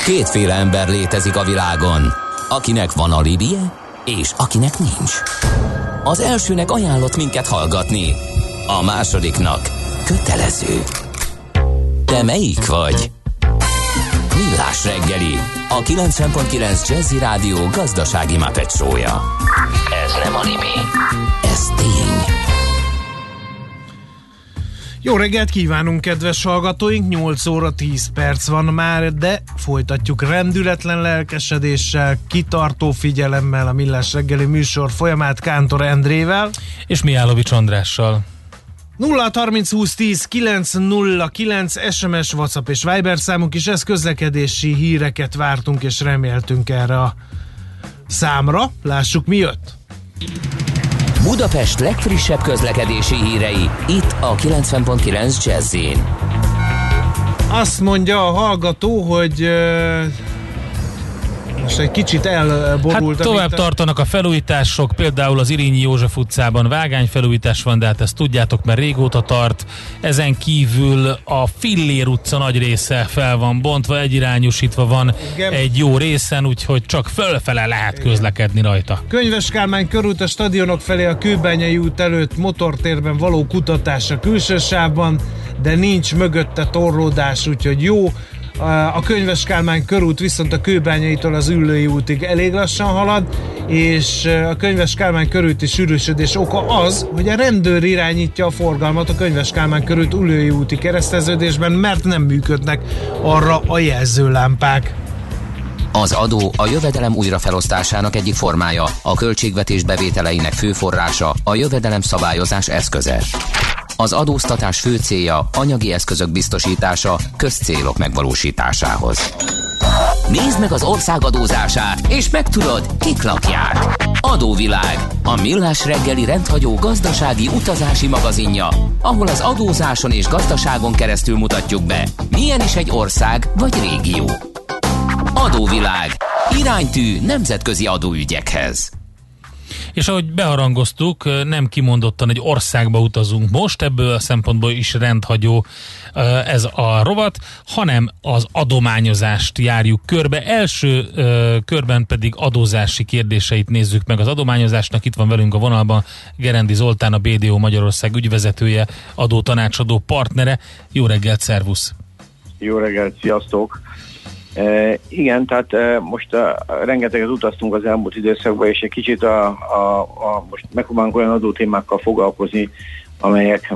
Kétféle ember létezik a világon, akinek van alibije, és akinek nincs. Az elsőnek ajánlott minket hallgatni, a másodiknak kötelező. Te melyik vagy? Millás reggeli, a 90.9 Jazzy Rádió gazdasági Muppet show-ja. Ez nem anime, ez tény. Jó reggelt kívánunk, kedves hallgatóink! 8 óra 10 perc van már, de folytatjuk rendületlen lelkesedéssel, kitartó figyelemmel a Millás reggeli műsor folyamát Kántor Endrével és Mihálovics Andrással. 0-30-20-10-9-09 SMS, WhatsApp és Viber számunk is, ez közlekedési híreket vártunk és reméltünk erre a számra. Lássuk, mi jött! Budapest legfrissebb közlekedési hírei, itt a 90.9 Jazz-in. Azt mondja a hallgató, hogy most egy kicsit elborult. Hát tovább tartanak a felújítások, például az Irényi József utcában vágányfelújítás van, de hát ezt tudjátok, mert régóta tart. Ezen kívül a Fillér utca nagy része fel van bontva, egyirányosítva van. Igen. Egy jó részen, úgyhogy csak fölfele lehet közlekedni rajta. Könyves Kálmán körút a stadionok felé a Kőbányai út előtt motortérben való kutatás a külső sávban, de nincs mögötte torlódás, úgyhogy jó. A Könyves Kálmán körút viszont a Kőbányaitól az Üllői útig elég lassan halad, és a Könyves Kálmán körúti sűrűsödés oka az, hogy a rendőr irányítja a forgalmat a Könyves Kálmán körút Üllői úti kereszteződésben, mert nem működnek arra a jelzőlámpák. Az adó a jövedelem újrafelosztásának egyik formája, a költségvetés bevételeinek fő forrása, a jövedelem szabályozás eszköze. Az adóztatás fő célja anyagi eszközök biztosítása közcélok megvalósításához. Nézd meg az ország adózását, és megtudod, kik lakják. Adóvilág, a Millás reggeli rendhagyó gazdasági utazási magazinja, ahol az adózáson és gazdaságon keresztül mutatjuk be, milyen is egy ország vagy régió. Adóvilág, iránytű nemzetközi adóügyekhez. És ahogy beharangoztuk, nem kimondottan egy országba utazunk most, ebből a szempontból is rendhagyó ez a rovat, hanem az adományozást járjuk körbe. Első körben pedig adózási kérdéseit nézzük meg az adományozásnak. Itt van velünk a vonalban Gerendi Zoltán, a BDO Magyarország ügyvezetője, adótanácsadó partnere. Jó reggelt, szervusz! Jó reggelt, sziasztok! Igen, tehát most rengeteget utaztunk az elmúlt időszakban, és egy kicsit most megpróbálunk olyan adótémákkal foglalkozni, amelyek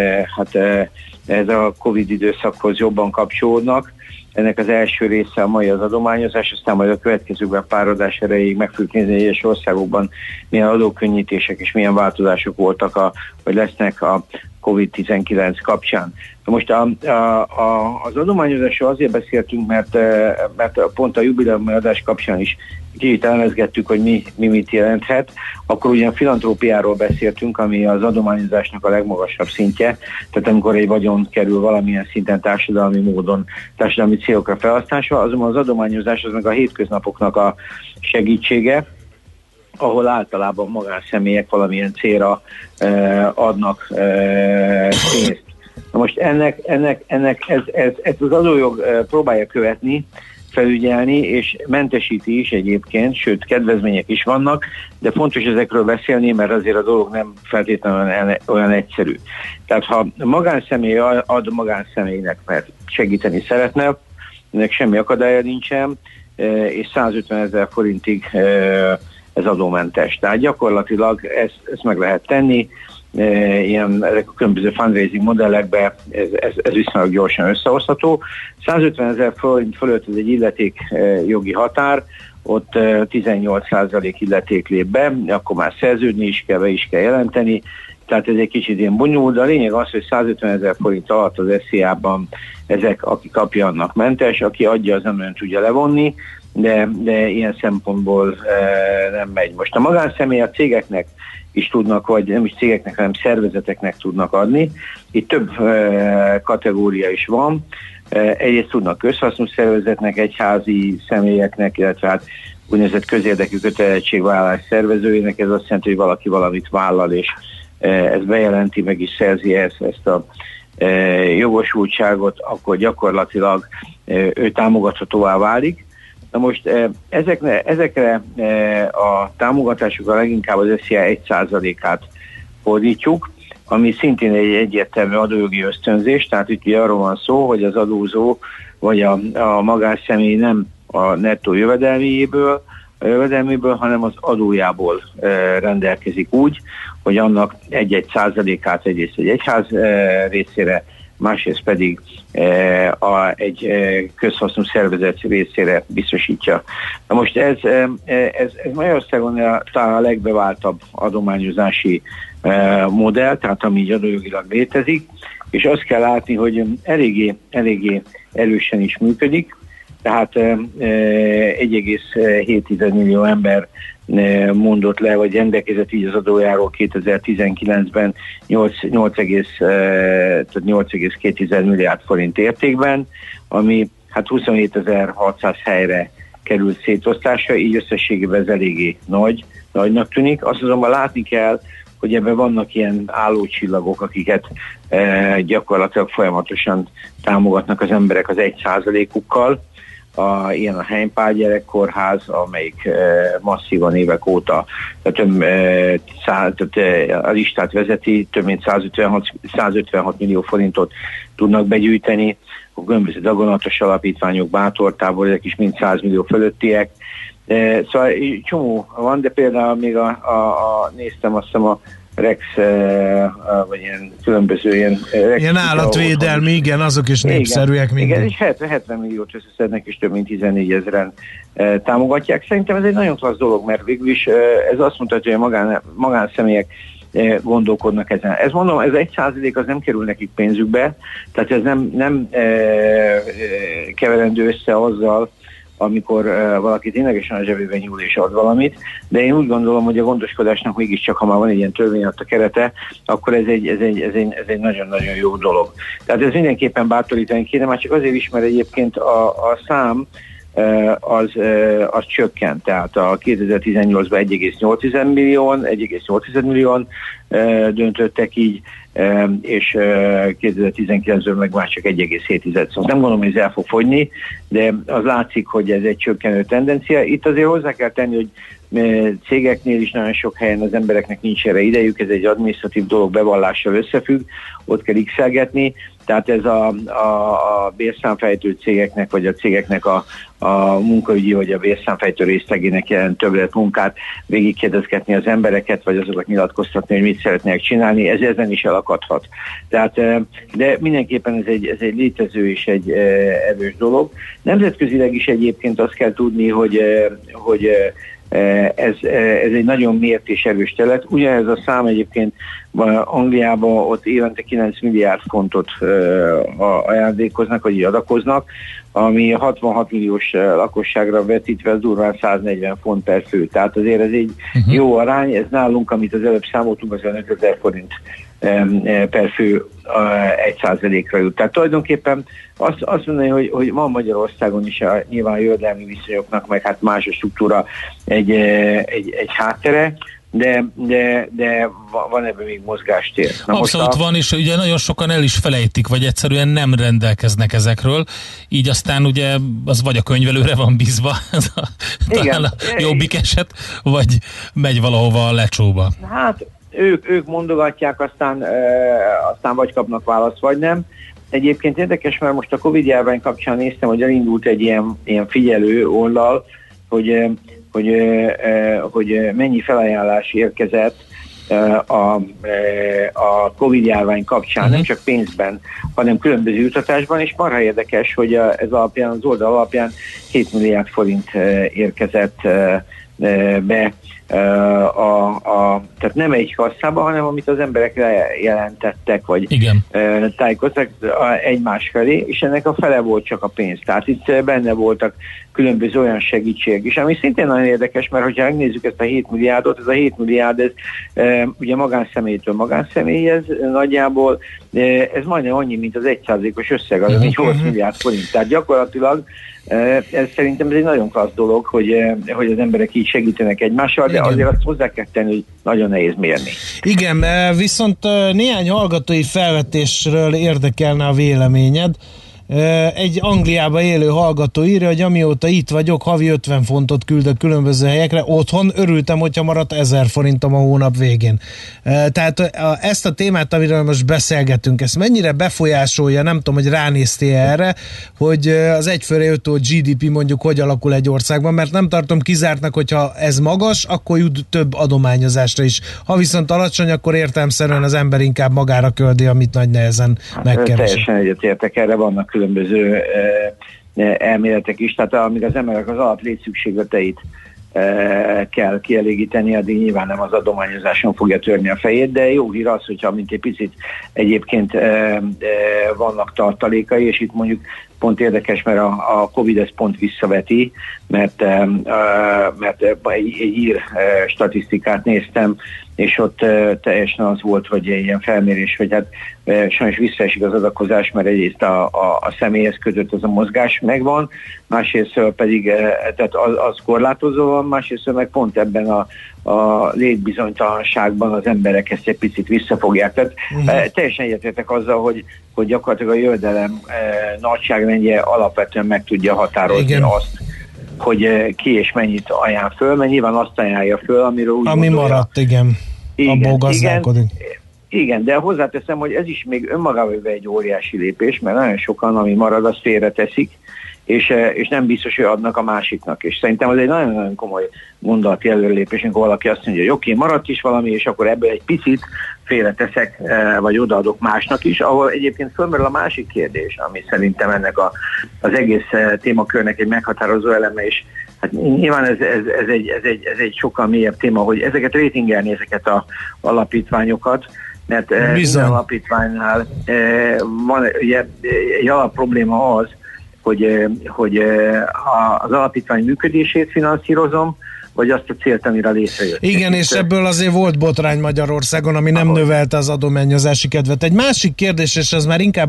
ez a Covid időszakhoz jobban kapcsolódnak. Ennek az első része a mai az adományozás, aztán majd a következőkben párodás erejéig meg fogjuk nézni, hogy egyes országokban milyen adókönnyítések és milyen változások voltak, vagy lesznek a Covid-19 kapcsán. Most az adományozásról azért beszéltünk, mert pont a jubileumi adás kapcsán is kicsit elemezgettük, hogy mi mit jelenthet. Akkor ugyan filantrópiáról beszéltünk, ami az adományozásnak a legmagasabb szintje, tehát amikor egy vagyon kerül valamilyen szinten társadalmi módon, társadalmi célokra felhasználásra, azonban az adományozás az meg a hétköznapoknak a segítsége, ahol általában magánszemélyek valamilyen célra adnak pénzt. Na most ezt az adójog próbálja követni, felügyelni, és mentesíti is egyébként, sőt, kedvezmények is vannak, de fontos ezekről beszélni, mert azért a dolog nem feltétlenül olyan egyszerű. Tehát ha magánszemély ad magánszemélynek, mert segíteni szeretne, ennek semmi akadálya nincsen, és 150 000 forintig ez adómentes. Tehát gyakorlatilag ezt meg lehet tenni, ezek a különböző fundraising modellekben ez viszonylag gyorsan összehozható. 150 000 forint fölött ez egy illeték jogi határ, ott 18% illeték lép be, akkor már szerződni is kell, be is kell jelenteni, tehát ez egy kicsit ilyen bonyolult, de a lényeg az, hogy 150 000 forint alatt az SZIA-ban ezek, aki kapja, annak mentes, aki adja, az nem olyan tudja levonni, de ilyen szempontból nem megy. Most a magánszemély a cégeknek is tudnak, vagy nem is cégeknek, hanem szervezeteknek tudnak adni. Itt több kategória is van. Egyrészt tudnak közhasznú szervezetnek, egyházi személyeknek, illetve hát úgynevezett közérdekű kötelezettségvállalás szervezőjének. Ez azt jelenti, hogy valaki valamit vállal, és ezt bejelenti, meg is szerzi ezt a jogosultságot, akkor gyakorlatilag ő támogathatóvá válik. Na most ezekre a támogatásokra leginkább az SZIA 1%-át fordítjuk, ami szintén egy egyértelmű adójogi ösztönzés, tehát itt ugye arról van szó, hogy az adózó vagy a magánszemély nem a nettó jövedelméből, hanem az adójából rendelkezik úgy, hogy annak egy-egy százalékát egyrészt egy egyház részére, másrészt pedig egy közhasznú szervezet részére biztosítja. Na most ez Magyarországon talán a legbeváltabb adományozási modell, tehát ami így adójogilag létezik, és azt kell látni, hogy eléggé erősen is működik, tehát 1,7 millió ember mondott le, vagy rendelkezett így az adójáról 2019-ben 8,2 milliárd forint értékben, ami hát 27.600 helyre került szétosztásra, így összességében ez eléggé nagynak tűnik. Azt azonban látni kell, hogy ebben vannak ilyen állócsillagok, akiket gyakorlatilag folyamatosan támogatnak az emberek az 1%-ukkal. Ilyen a Heimpál gyerekkórház, amelyik masszívan évek óta a listát vezeti, több mint 156 millió forintot tudnak begyűjteni, a különböző daganatos alapítványok, bátortábor, ezek is mind 100 millió fölöttiek. Szóval csomó van, de például még néztem azt hiszem a Rex, vagy ilyen különböző ilyen állatvédelmi, igen, azok is népszerűek mindig. Igen, és 70 milliót összeszednek, és több mint 14 000-en támogatják. Szerintem ez egy nagyon klassz dolog, mert végül is ez azt mutatja, hogy a magánszemélyek gondolkodnak ezen. Ez mondom, ez 1% az nem kerül nekik pénzükbe, tehát ez nem keverendő össze azzal, amikor valaki ténylegesen a zsebében nyúl és ad valamit, de én úgy gondolom, hogy a gondoskodásnak mégiscsak, ha már van egy ilyen törvény a kerete, akkor ez egy nagyon-nagyon jó dolog. Tehát ez mindenképpen bátorítani kéne, már csak azért is, mert egyébként a szám az csökkent, tehát a 2018-ban 1,8 millióan döntöttek így, és 2019-ben meg már csak 1,7. Szóval nem gondolom, hogy ez el fog fogyni, de az látszik, hogy ez egy csökkenő tendencia. Itt azért hozzá kell tenni, hogy cégeknél is nagyon sok helyen az embereknek nincs erre idejük, ez egy adminisztratív dolog, bevallással összefügg, ott kell x-elgetni, tehát ez a bérszámfejtő cégeknek, vagy a cégeknek a munkaügyi, vagy a bérszámfejtő részlegének jelent többlet munkát, végigkérdezgetni az embereket, vagy azokat nyilatkoztatni, hogy mit szeretnék csinálni, ez ezen is elakadhat. Tehát, de mindenképpen ez egy létező és egy erős dolog. Nemzetközileg is egyébként azt kell tudni, hogy ez egy nagyon mért és erős terület. Ugyanez a szám egyébként Angliában ott évente 9 milliárd fontot ajándékoznak, vagy adakoznak, ami 66 milliós lakosságra vetítve az durván 140 font per fő. Tehát azért ez egy jó arány, ez nálunk, amit az előbb számoltunk, az 5000 forint per fő 1%-ra jut. Tehát tulajdonképpen azt mondani, hogy van Magyarországon is nyilván jövedelmi viszonyoknak, meg hát más a struktúra egy háttere, de van ebben még mozgástér. Abszolút van, és ugye nagyon sokan el is felejtik, vagy egyszerűen nem rendelkeznek ezekről, így aztán ugye az vagy a könyvelőre van bízva, talán a jobbik eset, vagy megy valahova a lecsóba. Hát ők mondogatják, aztán vagy kapnak választ, vagy nem. Egyébként érdekes, mert most a Covid-járvány kapcsán néztem, hogy elindult egy ilyen figyelő oldal, hogy mennyi felajánlás érkezett a Covid-járvány kapcsán, nem csak pénzben, hanem különböző jutatásban, és marha érdekes, hogy ez alapján, az oldal alapján 7 milliárd forint érkezett be, tehát nem egy kasszába, hanem amit az emberek jelentettek, vagy tájékoztak egymás felé, és ennek a fele volt csak a pénz. Tehát itt benne voltak különböző olyan segítségek is, ami szintén nagyon érdekes, mert hogyha megnézzük ezt a 7 milliárdot, ez a 7 milliárd, ez ugye magánszemélytől magánszemélyhez nagyjából, ez majdnem annyi, mint az 1%-os összeg, az 8 milliárd forint. Tehát gyakorlatilag Ez szerintem ez egy nagyon klassz dolog, hogy az emberek így segítenek egymással, de azért azt hozzá kell tenni, hogy nagyon nehéz mérni. Igen, viszont néhány hallgatói felvetésről érdekelne a véleményed. Egy Angliába élő hallgató írja, hogy amióta itt vagyok, havi 50 fontot küldök különböző helyekre, otthon örültem, hogyha maradt 1000 forintom a hónap végén. Tehát ezt a témát, amiről most beszélgetünk, ezt mennyire befolyásolja, nem tudom, hogy ránéztél erre, hogy az egyfőre jutó GDP mondjuk hogy alakul egy országban, mert nem tartom kizártnak, hogyha ez magas, akkor jut több adományozásra is. Ha viszont alacsony, akkor értelemszerűen az ember inkább magára köldi, amit nagy nehezen megkeres. Teljesen egyetértek, erre vannak különböző elméletek is, tehát amíg az emberek az alap létszükségleteit kell kielégíteni, addig nyilván nem az adományozáson fogja törni a fejét, de jó hír az, hogyha mint egy picit egyébként vannak tartalékai, és itt mondjuk pont érdekes, mert a Covid ezt pont visszaveti, mert egy ír statisztikát néztem, és ott teljesen az volt, hogy ilyen felmérés, hogy hát sajnos visszaesik az adakozás, mert egyrészt a személyhez kötött az a mozgás megvan, másrészt pedig tehát az korlátozó van, másrészt meg pont ebben a létbizonytalanságban az emberek ezt egy picit visszafogják. Tehát teljesen egyetértek azzal, hogy gyakorlatilag a jövedelem nagyságrendje alapvetően meg tudja határozni igen. azt, hogy ki és mennyit ajánl föl, mert nyilván azt ajánlja föl, amiről úgy ami gondolja. Maradt, igen. Abból gazdálkodik. Igen, de hozzáteszem, hogy ez is még önmagában egy óriási lépés, mert nagyon sokan, ami marad, azt félreteszik, és nem biztos, hogy adnak a másiknak. És szerintem az egy nagyon-nagyon komoly gondolati előrelépés, amikor valaki azt mondja, hogy oké, maradt is valami, és akkor ebből egy picit félreteszek, vagy odaadok másnak is, ahol egyébként fölmerül a másik kérdés, ami szerintem ennek az egész témakörnek egy meghatározó eleme, és hát nyilván ez egy sokkal mélyebb téma, hogy ezeket rétingelni, ezeket az alapítványokat, mert minden alapítványnál van ugye egy alapprobléma az, hogy az alapítvány működését finanszírozom, vagy azt a célt, amire létrejött. Igen, és ebből azért volt botrány Magyarországon, ami nem növelte az adományozási kedvet. Egy másik kérdés, és ez már inkább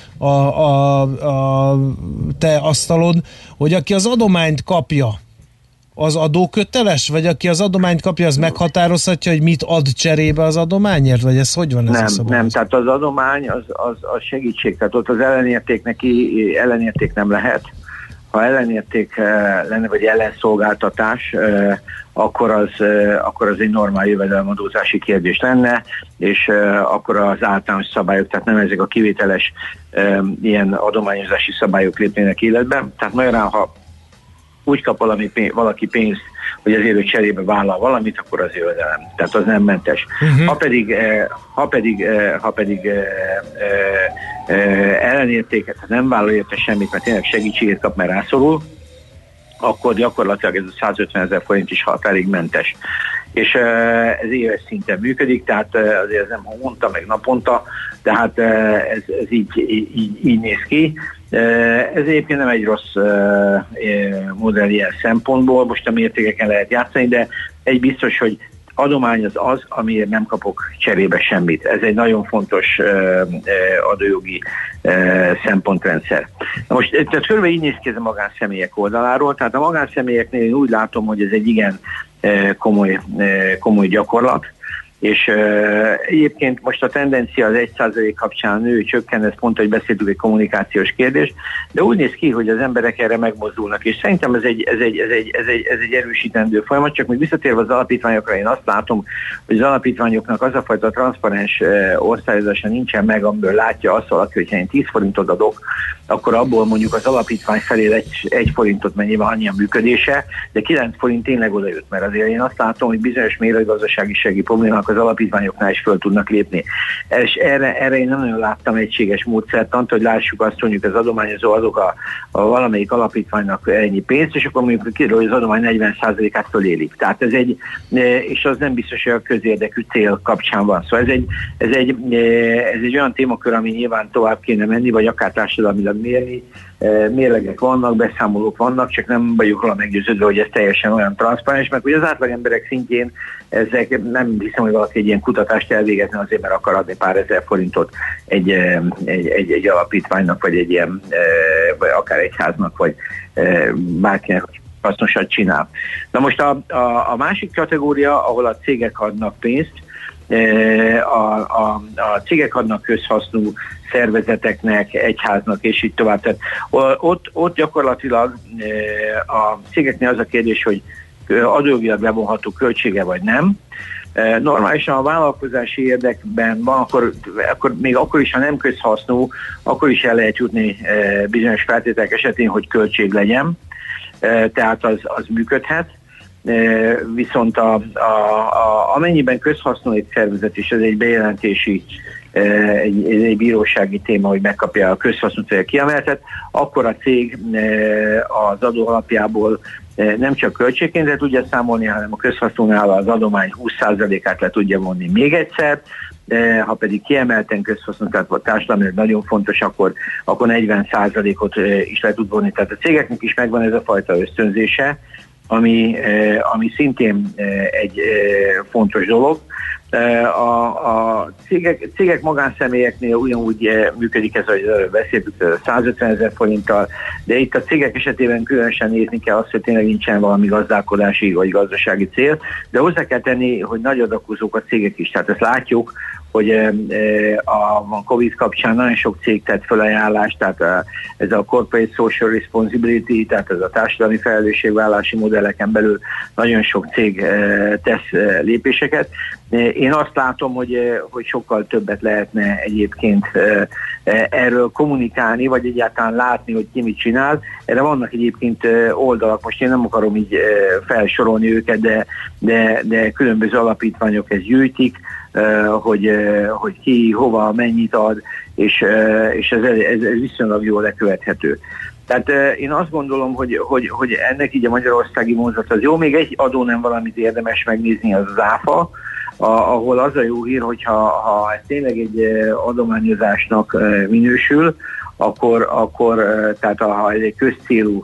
a te asztalod, hogy aki az adományt kapja, az adóköteles? Vagy aki az adományt kapja, az meghatározhatja, hogy mit ad cserébe az adományért? Vagy ez hogy van ez a Nem, tehát az adomány az segítség, tehát ott az ellenérték nem lehet. Ha ellenérték lenne, vagy ellenszolgáltatás, akkor az egy normál jövedelemadózási kérdés lenne, és akkor az általános szabályok, tehát nem ezek a kivételes ilyen adományozási szabályok lépnének életbe. Tehát magyarán, ha úgy kap valaki pénzt, hogy azért ő cserébe vállal valamit, akkor az jövedelem. Tehát az nem mentes. Ha pedig ellenértéket, ha nem vállal érte semmit, mert tényleg segítséget kap, mert rászorul, akkor gyakorlatilag ez a 150 000 forint is határig mentes. És ez éves szinten működik, tehát azért ez nem havonta, meg naponta, tehát ez így néz ki. Ez egyébként nem egy rossz modell ilyen szempontból, most a mértékeken lehet játszani, de egy biztos, hogy adomány az, amiért nem kapok cserébe semmit. Ez egy nagyon fontos adójogi szempontrendszer. Na most, tehát körülbelül így néz ki ez a magánszemélyek oldaláról, tehát a magánszemélyeknél én úgy látom, hogy ez egy igen komoly gyakorlat, és egyébként most a tendencia az 1% kapcsán nő, csökken, ez pont, hogy beszéltük, egy kommunikációs kérdés, de úgy néz ki, hogy az emberek erre megmozdulnak, és szerintem ez egy erősítendő folyamat, csak még visszatérve az alapítványokra, én azt látom, hogy az alapítványoknak az a fajta transzparens osztályozása nincsen meg, amiből látja azt valaki, hogyha én 10 forintot adok, akkor abból mondjuk az alapítvány felé egy forintot mennyivel annyi a működése, de 9 forint tényleg oda jut, mert azért én azt látom, hogy bizonyos méretgazdasági problémák az alapítványoknál is föl tudnak lépni. És erre én nem nagyon láttam egységes módszertant, hogy lássuk azt, mondjuk az adományozó azok a valamelyik alapítványnak ennyi pénzt, és akkor mondjuk kiderül, hogy az adomány 40%-át fölélik. Tehát és az nem biztos, hogy a közérdekű cél kapcsán van. Szóval ez egy olyan témakör, ami nyilván tovább kéne menni, vagy akár társadalmilag mérni, mérlegek vannak, beszámolók vannak, csak nem vagyok róla meggyőződve, hogy ez teljesen olyan transzparens, meg hogy az átlag emberek szintjén ezek nem hiszem, hogy valaki egy ilyen kutatást elvégezni azért, mert akar adni pár ezer forintot egy alapítványnak, vagy egy ilyen, vagy akár egyháznak, vagy bárkinek hasznosat csinál. Na most a másik kategória, ahol a cégek adnak pénzt, a cégek adnak közhasznú szervezeteknek, egyháznak, és így tovább. Tehát ott gyakorlatilag a cégeknél az a kérdés, hogy adójogilag levonható költsége vagy nem. Normálisan a vállalkozási érdekben van, akkor még akkor is, ha nem közhasznú, akkor is el lehet jutni bizonyos feltételek esetén, hogy költség legyen, tehát az működhet. Viszont amennyiben közhasznú egy szervezet, és ez egy bejelentési, egy bírósági téma, hogy megkapja a közhasznú cél kiemeltet, akkor a cég az adó alapjából nem csak költségként tudja számolni, hanem a közhasznúnál az adomány 20%-át le tudja vonni még egyszer, ha pedig kiemelten közhasznú, tehát a társadalmi nagyon fontos, akkor 40%-ot is le tud vonni. Tehát a cégeknek is megvan ez a fajta ösztönzése, ami szintén egy fontos dolog. A cégek magánszemélyeknél ugyanúgy működik ez, hogy beszéltük 150 000 forinttal, de itt a cégek esetében különösen nézni kell azt, hogy tényleg nincsen valami gazdálkodási vagy gazdasági cél, de hozzá kell tenni, hogy nagy adakozók a cégek is. Tehát ezt látjuk, hogy a Covid kapcsán nagyon sok cég tett felajánlást, tehát ez a Corporate Social Responsibility, tehát ez a társadalmi felelősségvállalási modelleken belül nagyon sok cég tesz lépéseket. Én azt látom, hogy sokkal többet lehetne egyébként erről kommunikálni, vagy egyáltalán látni, hogy ki mit csinál. Erre vannak egyébként oldalak, most én nem akarom így felsorolni őket, de különböző alapítványok ezt gyűjtik, hogy ki, hova, mennyit ad, és ez viszonylag jól lekövethető. Tehát én azt gondolom, hogy ennek így a magyarországi vonzat az jó. Még egy adó nem valamit érdemes megnézni, az áfa, ahol az a jó hír, hogyha ez tényleg egy adományozásnak minősül, akkor tehát ha ez egy közcélú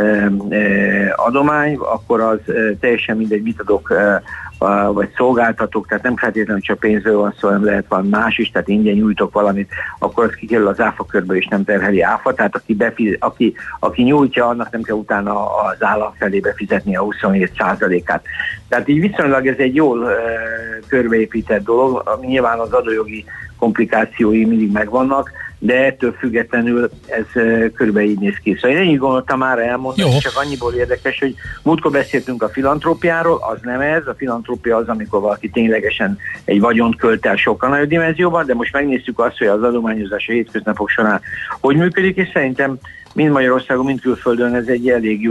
adomány, akkor az teljesen mindegy, mit adok, vagy szolgáltatok, tehát nem feltétlenül csak pénzről van szó, hanem lehet valami más is, tehát ingyen nyújtok valamit, akkor az kikerül az áfa körből, és nem terheli áfa, tehát aki nyújtja, annak nem kell utána az állam felé befizetni a 27%-át. Tehát így viszonylag ez egy jól körbeépített dolog, nyilván az adójogi komplikációi mindig megvannak, de ettől függetlenül ez körülbelül így néz ki. Szóval én ennyit gondoltam már elmondani, csak annyiból érdekes, hogy múltkor beszéltünk a filantrópiáról, az nem ez, a filantrópia az, amikor valaki ténylegesen egy vagyont költ el sokkal nagyobb dimenzióban, de most megnéztük azt, hogy az adományozás a hétköznapok során hogy működik, és szerintem mind Magyarországon, mind külföldön ez egy elég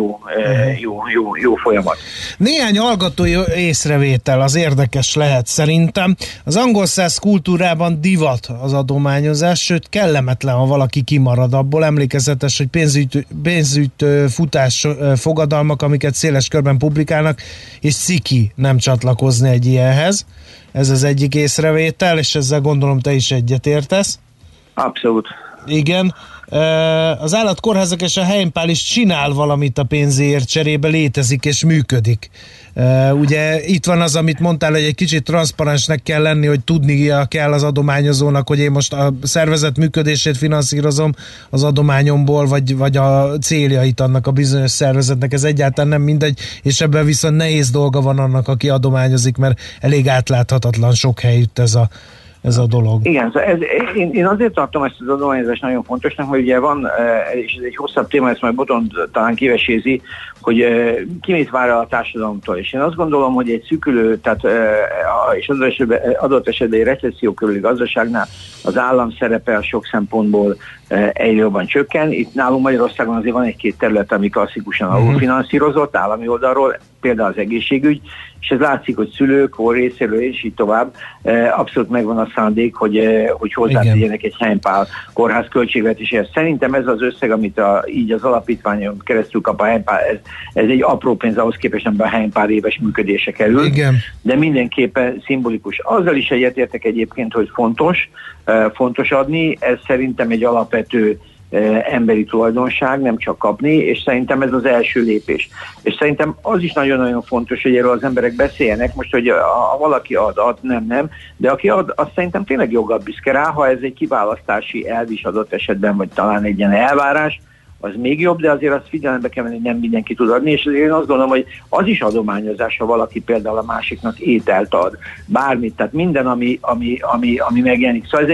jó folyamat. Néhány hallgatói észrevétel az érdekes lehet szerintem. Az angol száz kultúrában divat az adományozás, sőt kellemetlen, ha valaki kimarad abból. Emlékezetes, hogy pénzügy futás fogadalmak, amiket széles körben publikálnak, és ciki nem csatlakozni egy ilyenhez. Ez az egyik észrevétel, és ezzel gondolom te is egyetértesz. Abszolút. Igen. Az állatkórházak és a Heimpál is csinál valamit a pénzéért, cserébe létezik és működik. Ugye itt van az, amit mondtál, hogy egy kicsit transzparensnek kell lenni, hogy tudnia kell az adományozónak, hogy én most a szervezet működését finanszírozom az adományomból, vagy a céljait annak a bizonyos szervezetnek. Ez egyáltalán nem mindegy, és ebben viszont nehéz dolga van annak, aki adományozik, mert elég átláthatatlan sok helyütt ez a dolog. Igen, én azért tartom ezt az adományozást nagyon fontosnak, hogy ugye van, és ez egy hosszabb téma, ezt majd Botond talán kivesézi, hogy ki mit vár a társadalomtól. És én azt gondolom, hogy egy szűkülő, tehát és adott esetben egy recesszió körüli gazdaságnál az állam szerepe a sok szempontból egyre jobban csökken. Itt nálunk Magyarországon azért van egy-két terület, ami klasszikusan alulfinanszírozott állami oldalról, például az egészségügy, és ez látszik, hogy szülők, részéről és így tovább abszolút megvan a szándék, hogy hozzátegyenek egy Heimpál kórház költségvetéséhez. Szerintem ez az összeg, amit így az alapítványon keresztül kap a Heimpál, ez egy apró pénz ahhoz képest, amiben a Heimpál éves működése kerül, igen. De mindenképpen szimbolikus. Azzal is egyetértek egyébként, hogy fontos adni, ez szerintem egy alapvető emberi tulajdonság, nem csak kapni, és szerintem ez az első lépés. És szerintem az is nagyon-nagyon fontos, hogy erről az emberek beszéljenek, most, hogy ha valaki ad, nem, de aki ad, azt szerintem tényleg joggal büszke rá, ha ez egy kiválasztási elv is adott esetben, vagy talán egy ilyen elvárás, az még jobb, de azért azt figyelembe kell venni, hogy nem mindenki tud adni, és azért én azt gondolom, hogy az is adományozás, ha valaki például a másiknak ételt ad, bármit, tehát minden, ami megjelenik. Szóval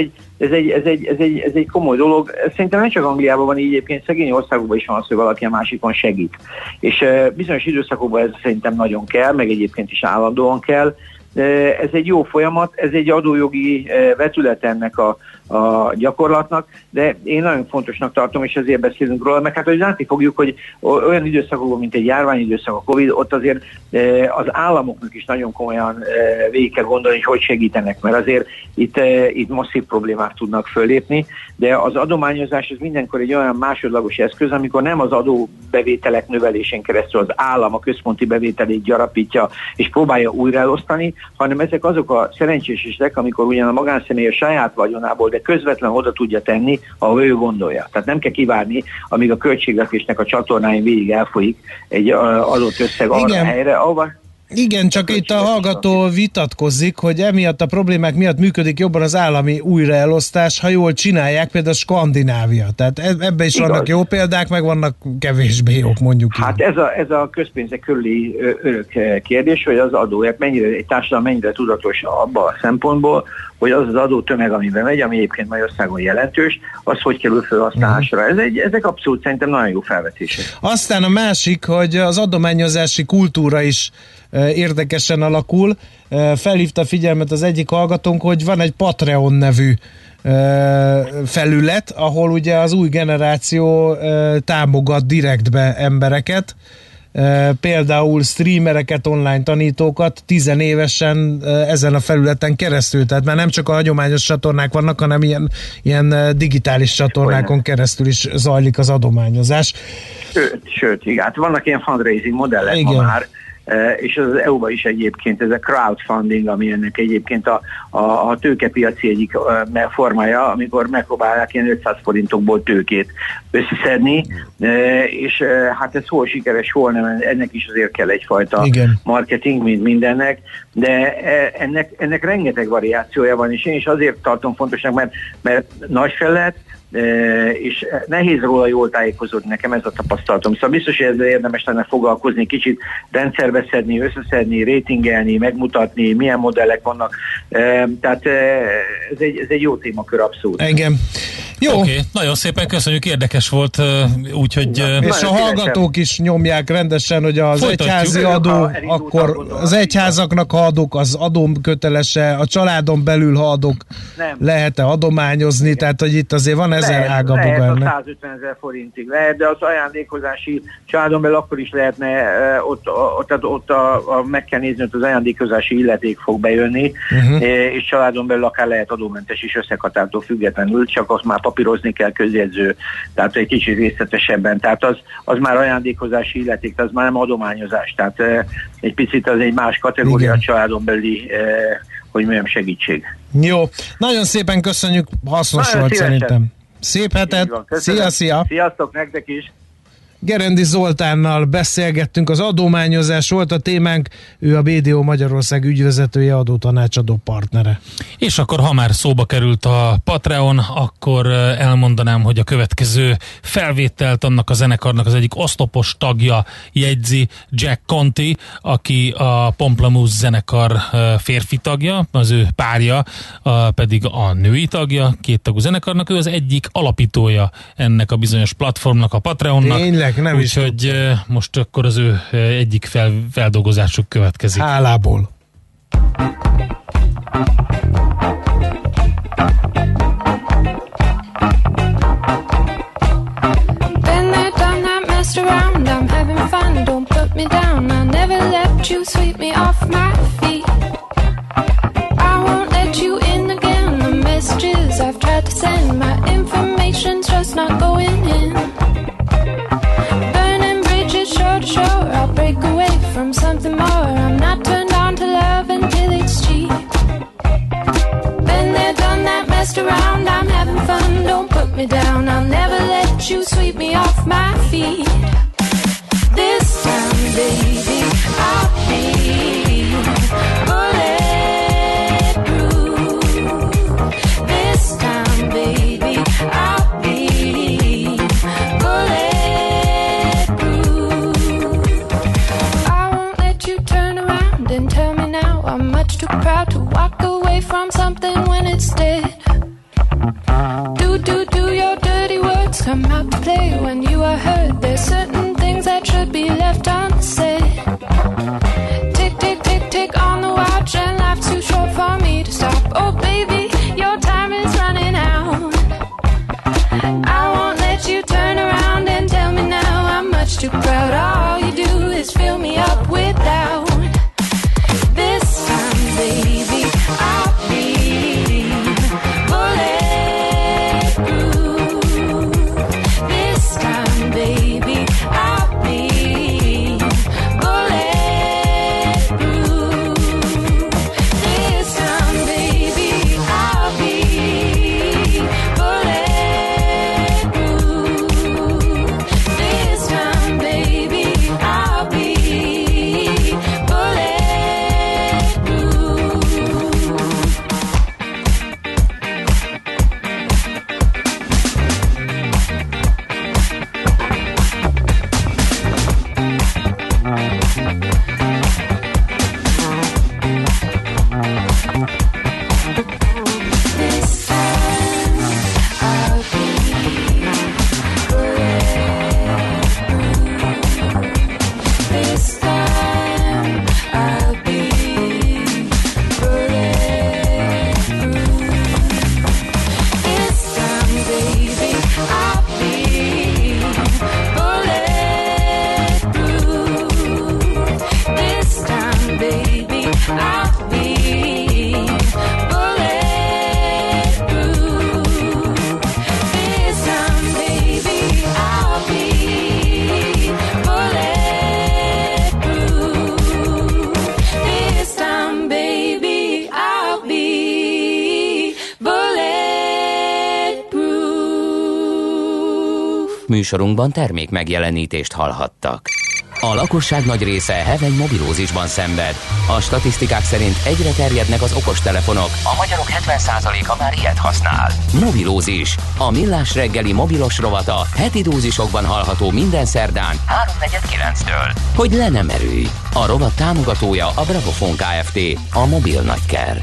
ez egy komoly dolog. Szerintem nem csak Angliában van így, egyébként szegény országokban is van az, hogy valaki a másikon segít. És bizonyos időszakokban ez szerintem nagyon kell, meg egyébként is állandóan kell. Ez egy jó folyamat, ez egy adójogi vetület ennek a gyakorlatnak, de én nagyon fontosnak tartom, és ezért beszélünk róla, meg hát, hogy látni fogjuk, hogy olyan időszakokban, mint egy járványidőszak, a Covid, ott azért az államoknak is nagyon komolyan végig kell gondolni, hogy segítenek, mert azért itt masszív problémák tudnak föllépni, de az adományozás ez mindenkor egy olyan másodlagos eszköz, amikor nem az adóbevételek növelésén keresztül az állam a központi bevételét gyarapítja, és próbálja újra elosztani, hanem ezek azok a szerencsések, amikor ugyan a magánszemély a saját vagyonából, de közvetlenül oda tudja tenni, ahol ő gondolja. Tehát nem kell kivárni, amíg a költségvetésnek a csatornáin végig elfolyik egy adott összeg arra a helyre, ahova... Igen, csak itt a hallgató vitatkozik, hogy emiatt a problémák miatt működik jobban az állami újraelosztás, ha jól csinálják, például Skandinávia. Tehát ebben is vannak jó példák, meg vannak kevésbé jók, mondjuk. Hát ez a közpénzek körüli örök kérdés, hogy az adóják egy társadalom mennyire tudatos abban a szempontból, hogy az adó tömeg, amiben megy, ami egyébként Magyarországon jelentős, az hogy kerül felhasználásra. Ezek abszolút szerintem nagyon jó felvetések. Aztán a másik, hogy az adományozási kultúra is érdekesen alakul. Felhívta figyelmet az egyik hallgatónk, hogy van egy Patreon nevű felület, ahol ugye az új generáció támogat direktbe embereket, például streamereket, online tanítókat 10 évesen ezen a felületen keresztül, tehát már nem csak a hagyományos csatornák vannak, hanem ilyen digitális csatornákon keresztül is zajlik az adományozás. Sőt, igen, hát vannak ilyen fundraising modellek ma már, és az EU-ban is egyébként ez a crowdfunding, ami ennek egyébként a tőkepiaci egyik formája, amikor megpróbálják ilyen 500 forintokból tőkét összeszedni, és hát ez hol sikeres, hol nem, ennek is azért kell egyfajta marketing, mint mindennek, de ennek rengeteg variációja van, és én is azért tartom fontosnak, mert nagy felett, és nehéz róla jól tájékozódni, nekem ez a tapasztalatom. Szóval biztos, hogy ezzel érdemes lenne foglalkozni, kicsit rendszerbe szedni, összeszedni, ratingelni, megmutatni, milyen modellek vannak. Tehát ez egy jó témakör abszolút. Engem. Jó. Oké, nagyon szépen köszönjük, érdekes volt, úgyhogy... És a hallgatók is nyomják rendesen, hogy az egyházi adó, akkor az egyházaknak ha adok, az adókötelese, a családon belül ha adok, lehet-e adományozni, tehát hogy itt azért van ezer ágaboga. Lehet a 150 000 forintig, lehet, de az ajándékozási családon belül akkor is lehetne, ott meg kell nézni, hogy az ajándékozási illeték fog bejönni, és családon belül akár lehet adómentes is összehatártól függetlenül, csak azt már papírozni kell közjegyző, tehát egy kicsit részletesebben, tehát az már ajándékozási illeték, az már nem adományozás, tehát egy picit az egy más kategória a családon belüli, hogy milyen segítség. Jó, nagyon szépen köszönjük, hasznos volt szerintem. Szép hetet, szia! Sziasztok nektek is! Gerendi Zoltánnal beszélgettünk, az adományozás volt a témánk, ő a BDO Magyarország ügyvezetője, adótanácsadó partnere. És akkor, ha már szóba került a Patreon, akkor elmondanám, hogy a következő felvételt annak a zenekarnak az egyik oszlopos tagja jegyzi, Jack Conti, aki a Pomplamoose zenekar férfi tagja, az ő párja pedig a női tagja, kéttagú zenekarnak, ő az egyik alapítója ennek a bizonyos platformnak, a Patreonnak. Tényleg, nem is. Úgyhogy most akkor az ő egyik feldolgozásuk következik. Hálából. Been there, done that, messed around, I'm having fun, don't put me down, I never let you sweep me off my feet. I won't let you in again, the messages I've tried to send, my information's just not going in. Sure, I'll break away from something more. I'm not turned on to love until it's cheap. Been there, done that, messed around. I'm having fun, don't put me down. I'll never let let you sweep me off my feet. This time, baby, I'll be bulletproof. This time, baby, I'll be bulletproof. I won't let you turn around and tell me now I'm much too proud to walk away from something when it's dead. Do your dirty words come out to play when you are hurt? There's certain things that should be left unsaid. Tick, tick, tick, tick on the watch, and life's too short for me to stop. Oh baby, your time is running out. I won't let you turn around and tell me now I'm much too proud. All you do is fill me up with doubt. This time, baby, I'll be Műsorunkban termék megjelenítést hallhattak. A lakosság nagy része heveny mobilózisban szenved. A statisztikák szerint egyre terjednek az okostelefonok. A magyarok 70%-a már ilyet használ. Mobilózis. A Millás reggeli mobilos rovata heti dózisokban hallható minden szerdán 3:49-től. Hogy le nem erőj. A rovat támogatója a Bravofon Kft. A mobil nagyker.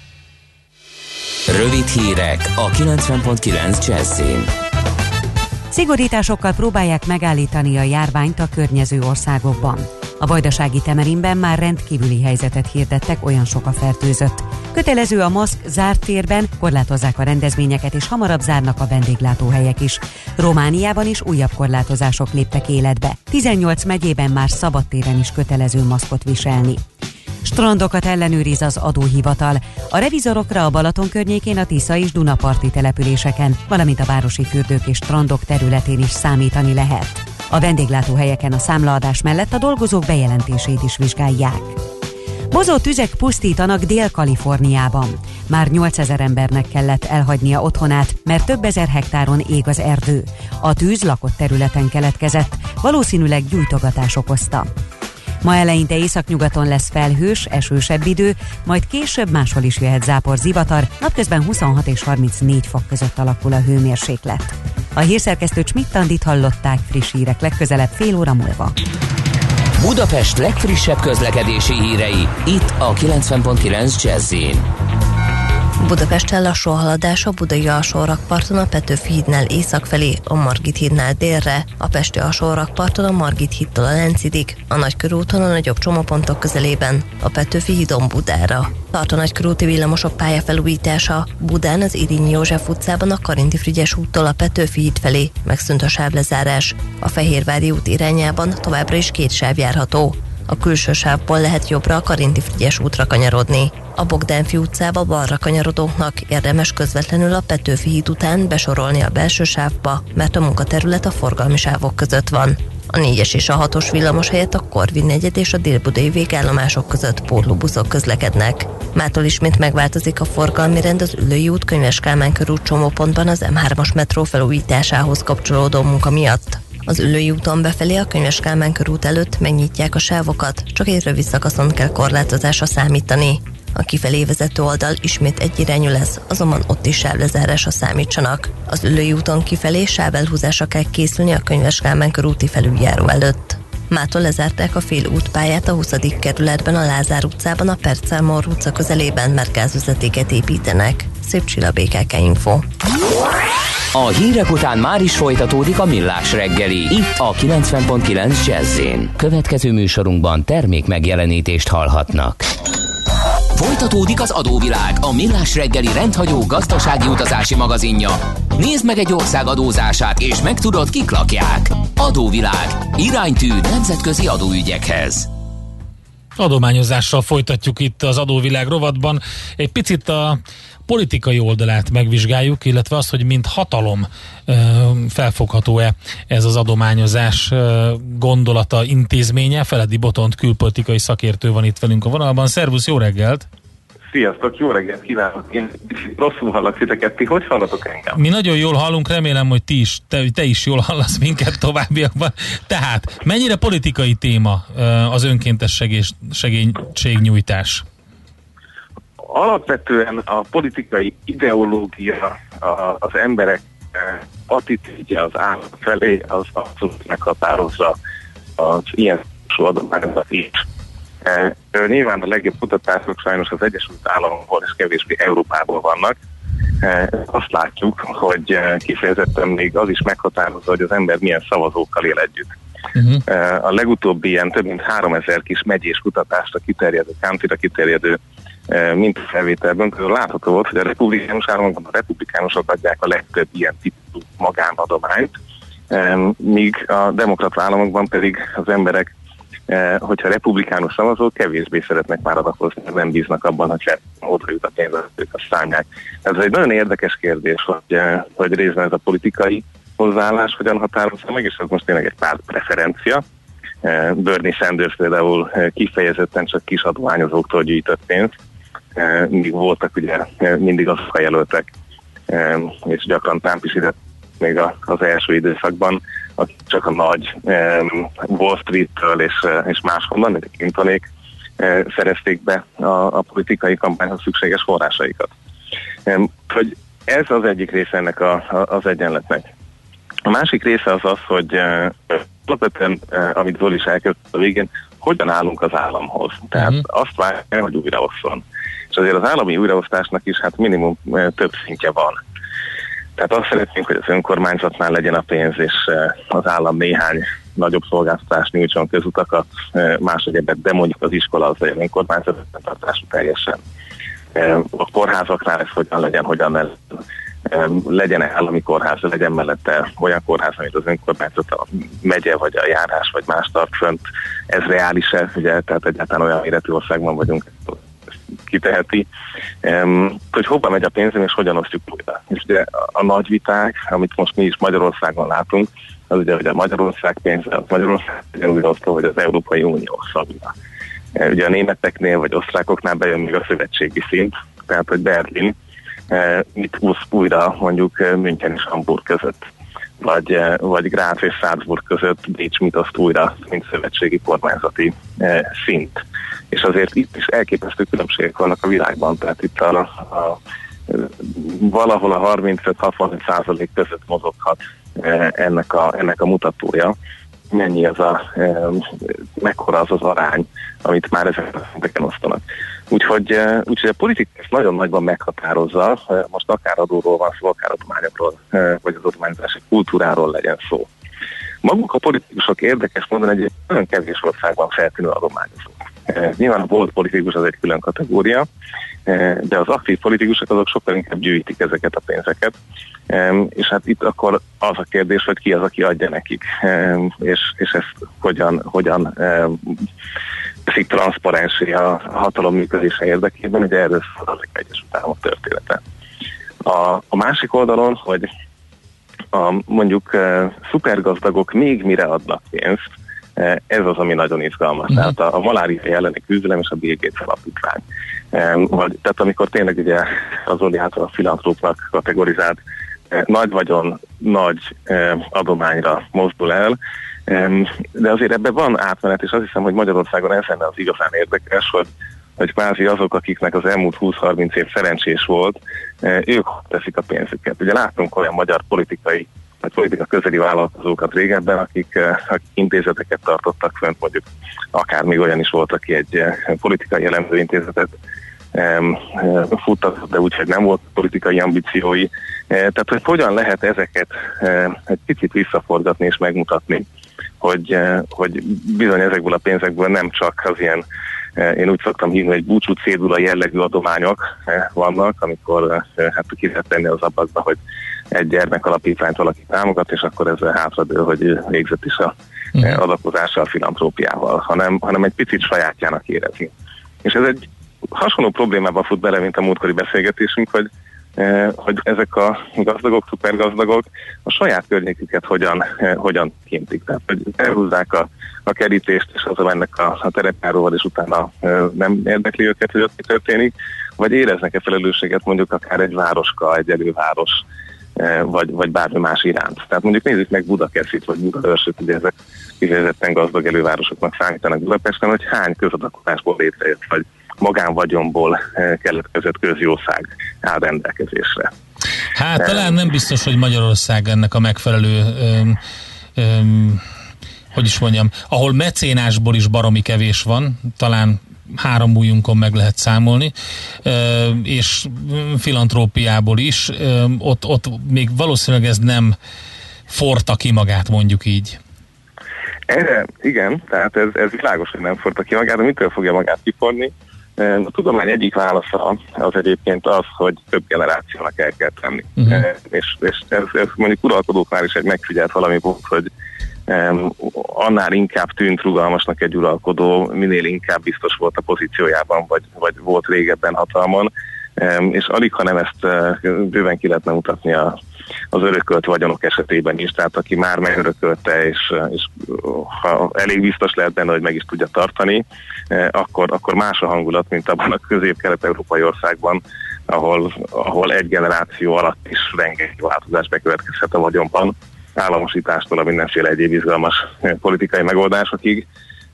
Rövid hírek a 90.9 Jazzin. Szigorításokkal próbálják megállítani a járványt a környező országokban. A vajdasági Temerinben már rendkívüli helyzetet hirdettek, olyan sok a fertőzött. Kötelező a maszk zárt térben, korlátozzák a rendezvényeket és hamarabb zárnak a vendéglátóhelyek is. Romániában is újabb korlátozások léptek életbe. 18 megyében már szabadtéren is kötelező maszkot viselni. Strandokat ellenőriz az adóhivatal. A revizorokra a Balaton környékén, a Tisza és Dunaparti településeken, valamint a városi fürdők és strandok területén is számítani lehet. A vendéglátóhelyeken a számlaadás mellett a dolgozók bejelentését is vizsgálják. Bozó tüzek pusztítanak Dél-Kaliforniában. Már 8000 embernek kellett elhagynia otthonát, mert több ezer hektáron ég az erdő. A tűz lakott területen keletkezett, valószínűleg gyújtogatás okozta. Ma eleinte északnyugaton lesz felhős, esősebb idő, majd később máshol is jöhet zápor, zivatar, napközben 26 és 34 fok között alakul a hőmérséklet. A hírszerkesztő Schmidt-Andit hallották, friss hírek legközelebb fél óra múlva. Budapest legfrissebb közlekedési hírei, itt a 90.9 Jazz-in. Budapesten lassú a haladás a budai alsórakparton a Petőfi hídnál észak felé, a Margit hídnál délre, a pesti alsórakparton a Margit hídtól a Lánchidig, a Nagykörúton a nagyobb csomópontok közelében, a Petőfi hídon Budára. Tart a Nagykörúti villamosok pályafelújítása, Budán az Irényi József utcában a Karinti Frigyes úttól a Petőfi híd felé megszűnt a sávlezárás. A Fehérvári út irányában továbbra is 2 sáv járható. A külső sávból lehet jobbra a Karinti Frigyes útra kanyarodni. A Bogdánfi utcába balra kanyarodóknak érdemes közvetlenül a Petőfi híd után besorolni a belső sávba, mert a munkaterület a forgalmi sávok között van. A 4-es és a 6-os villamos helyett a Korvin negyed és a Dél-budai végállomások között pótlóbuszok közlekednek. Mától ismét megváltozik a forgalmi rend az Üllői út Könyves Kálmán körút csomópontban az M3-as metró felújításához kapcsolódó munka miatt. Az Üllői úton befelé a Könyves Kálmán körút előtt megnyitják a sávokat, csak egy rövid szakaszon kell korlátozásra számítani. A kifelé vezető oldal ismét egyirányú lesz, azonban ott is sávlezárásra számítsanak. Az Üllői úton kifelé sávelhúzásra kell készülni a Könyves Kálmán körúti felüljáró előtt. Mától lezárták a fél útpályát a 20. kerületben, a Lázár utcában, a Percelmor utca közelében, mert gázvezetéket építenek. Szép Csilla, BKK Info. A hírek után már is folytatódik a Millás reggeli, itt a 90.9 Jazz-én. Következő műsorunkban termék megjelenítést hallhatnak. Folytatódik az adóvilág, a Millás reggeli rendhagyó gazdasági utazási magazinja. Nézd meg egy ország adózását, és megtudod, kik lakják. Adóvilág. Iránytű nemzetközi adóügyekhez. Adományozással folytatjuk itt az Adóvilág rovatban. Egy picit a politikai oldalát megvizsgáljuk, illetve azt, hogy mint hatalom felfogható-e ez az adományozás gondolata, intézménye. Feledi Botont külpolitikai szakértő van itt velünk a vonalban. Szervusz, jó reggelt! Sziasztok, jó reggelt kívánok! Én rosszul hallak titeket, ti hogy hallatok engem? Mi nagyon jól hallunk, remélem, hogy te is jól hallasz minket továbbiakban. Tehát, mennyire politikai téma az önkéntes segítségnyújtás? Alapvetően a politikai ideológia, az emberek attitűdje az állam felé, az abszolút meghatározza az ilyen adományozat is. Nyilván a legjobb kutatások sajnos az Egyesült Államokból és kevésbé Európából vannak. Azt látjuk, hogy kifejezetten még az is meghatározza, hogy az ember milyen szavazókkal él együtt. A legutóbbi ilyen több mint 3000 kis megyés kutatásra kiterjedő, countyra kiterjedő mintafelvételben látható volt, hogy a republikánus államokban a republikánusok adják a legtöbb ilyen típusú magánadományt, míg a demokrata államokban pedig az emberek, hogyha republikánus szavazók, kevésbé szeretnek már adakozni, nem bíznak abban, hogy oda jut a pénzt, ők azt szállják. Ez egy nagyon érdekes kérdés, hogy részben ez a politikai hozzáállás hogyan határozza meg, és ez most tényleg egy pár preferencia. Bernie Sanders például kifejezetten csak kis adományozóktól gyűjtött pénzt, míg voltak ugye mindig azok a jelöltek, és gyakran Trump is ide még az első időszakban, akik csak a nagy Wall Street-től és máshonnan, mint a Clintonék szerezték be a politikai kampányhoz szükséges forrásaikat. Hogy ez az egyik része ennek az egyenletnek. A másik része az, hogy alapvetően, amit Zoli is elkezdett a végén, hogyan állunk az államhoz. Tehát azt várják, hogy újraosszon. És azért az állami újraosztásnak is hát minimum több szintje van. Tehát azt szeretnénk, hogy az önkormányzatnál legyen a pénz, és az állam néhány nagyobb szolgáltatást nyújtson, közutakat, más egyebet, de mondjuk az iskola az legyen önkormányzat tartású teljesen. A kórházaknál ez hogyan legyen, legyen állami kórház, legyen mellette olyan kórház, amit az önkormányzat, a megye, vagy a járás, vagy más tart fönt. Ez reális-e, ugye, tehát egyáltalán olyan méretű országban vagyunk, kiteheti, hogy hova megy a pénzem, és hogyan osztjuk újra. És ugye a nagy viták, amit most mi is Magyarországon látunk, az ugye, hogy a Magyarország pénze, az Magyarország újra osztva, vagy az Európai Unió szabja. Ugye a németeknél, vagy osztrákoknál bejön még a szövetségi szint, tehát, hogy Berlin mit úsz újra mondjuk München és Hamburg között, vagy Gráz és Salzburg között Bécs mit oszt újra, mint szövetségi kormányzati szint. És azért itt is elképesztő különbségek vannak a világban, tehát itt valahol a 35-65% között mozoghat ennek a mutatója. Mennyi mekkora az arány, amit már ezeken a szinteken osztanak. Úgyhogy a politika ezt nagyon nagyban meghatározza, most akár adóról van szó, akár adományokról, vagy az adományozási kultúráról legyen szó. Maguk a politikusok érdekes módon egy nagyon kevés országban feltűnő adományozók. Nyilván a volt politikus az egy külön kategória, de az aktív politikusok azok sokkal inkább gyűjtik ezeket a pénzeket, és hát itt akkor az a kérdés, hogy ki az, aki adja nekik, és ezt hogyan teszik transzparensé a hatalom működése érdekében, ugye erről szól az Egyesült Államok története. A másik oldalon, hogy mondjuk szupergazdagok még mire adnak pénzt, ez az, ami nagyon izgalmas. Tehát a malária elleni küzdelem és a Bill Gates alapítvány. Tehát amikor tényleg ugye az Zoli által a filantrópnak kategorizált nagy vagyon, nagy adományra mozdul el, de azért ebben van átmenet, és azt hiszem, hogy Magyarországon ez lenne az igazán érdekes, hogy kvázi azok, akiknek az elmúlt 20-30 év szerencsés volt, ők teszik a pénzüket. Ugye láttunk olyan magyar politikai, vagy politika közeli vállalkozókat régebben, akik intézeteket tartottak fönt, mondjuk akár még olyan is volt, aki egy politikai elemző intézetet futtatott, de úgyhogy nem volt politikai ambíciói. Tehát, hogy hogyan lehet ezeket egy picit visszaforgatni és megmutatni, hogy bizony ezekből a pénzekből nem csak az ilyen, én úgy szoktam hívni, hogy búcsú cédula jellegű adományok vannak, amikor hát ki lehet tenni az ablakba, hogy egy gyermekalapítványt valaki támogat, és akkor ezzel hátradől, hogy végzett is a adakozással, a filantrópiával, hanem egy picit sajátjának érezni. És ez egy hasonló problémában fut bele, mint a múltkori beszélgetésünk, hogy ezek a gazdagok, szupergazdagok a saját környéküket hogyan kintik. Tehát, hogy elhúzzák a kerítést, és azon mennek a terepjáróval, és utána nem érdekli őket, hogy ott mi történik, vagy éreznek-e felelősséget mondjuk akár egy városka, egy előváros, vagy bármi más iránt. Tehát mondjuk nézzük meg Budakeszit, vagy Budaörsöt, ugye ezek kifejezetten gazdag elővárosoknak számítanak Budapesten, hogy hány közadakozásból létrejött, vagy magánvagyonból keletkezett közjószág áll rendelkezésre. Hát talán nem biztos, hogy Magyarország ennek a megfelelő hogy is mondjam, ahol mecénásból is baromi kevés van, talán 3 ujjunkon meg lehet számolni, és filantrópiából is, ott még valószínűleg ez nem forta ki magát, mondjuk így. Erre igen, tehát ez világos, hogy nem forta ki magát, de mitől fogja magát kiforni? A tudomány egyik válasza az egyébként az, hogy több generációnak el kell tenni. És ez mondjuk uralkodóknál is egy megfigyelt valami volt, hogy annál inkább tűnt rugalmasnak egy uralkodó, minél inkább biztos volt a pozíciójában, vagy volt régebben hatalmon, és alig, ha nem ezt bőven ki lehetne mutatni az örökölt vagyonok esetében is, tehát aki már megörökölte, és ha elég biztos lehet benne, hogy meg is tudja tartani, akkor más a hangulat, mint abban a közép-kelet-európai országban, ahol egy generáció alatt is rengeteg változás bekövetkezhet a vagyonban, államosítástól a mindenféle egyéb izgalmas politikai megoldásokig,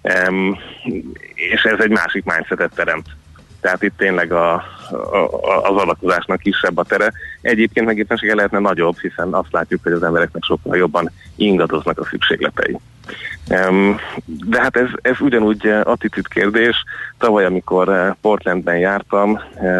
és ez egy másik mindsetet teremt. Tehát itt tényleg az alakulásnak kisebb a tere. Egyébként meg éppenséggel lehetne nagyobb, hiszen azt látjuk, hogy az embereknek sokkal jobban ingadoznak a szükségletei. De hát ez ugyanúgy attitűd kérdés. Tavaly, amikor Portlandben jártam,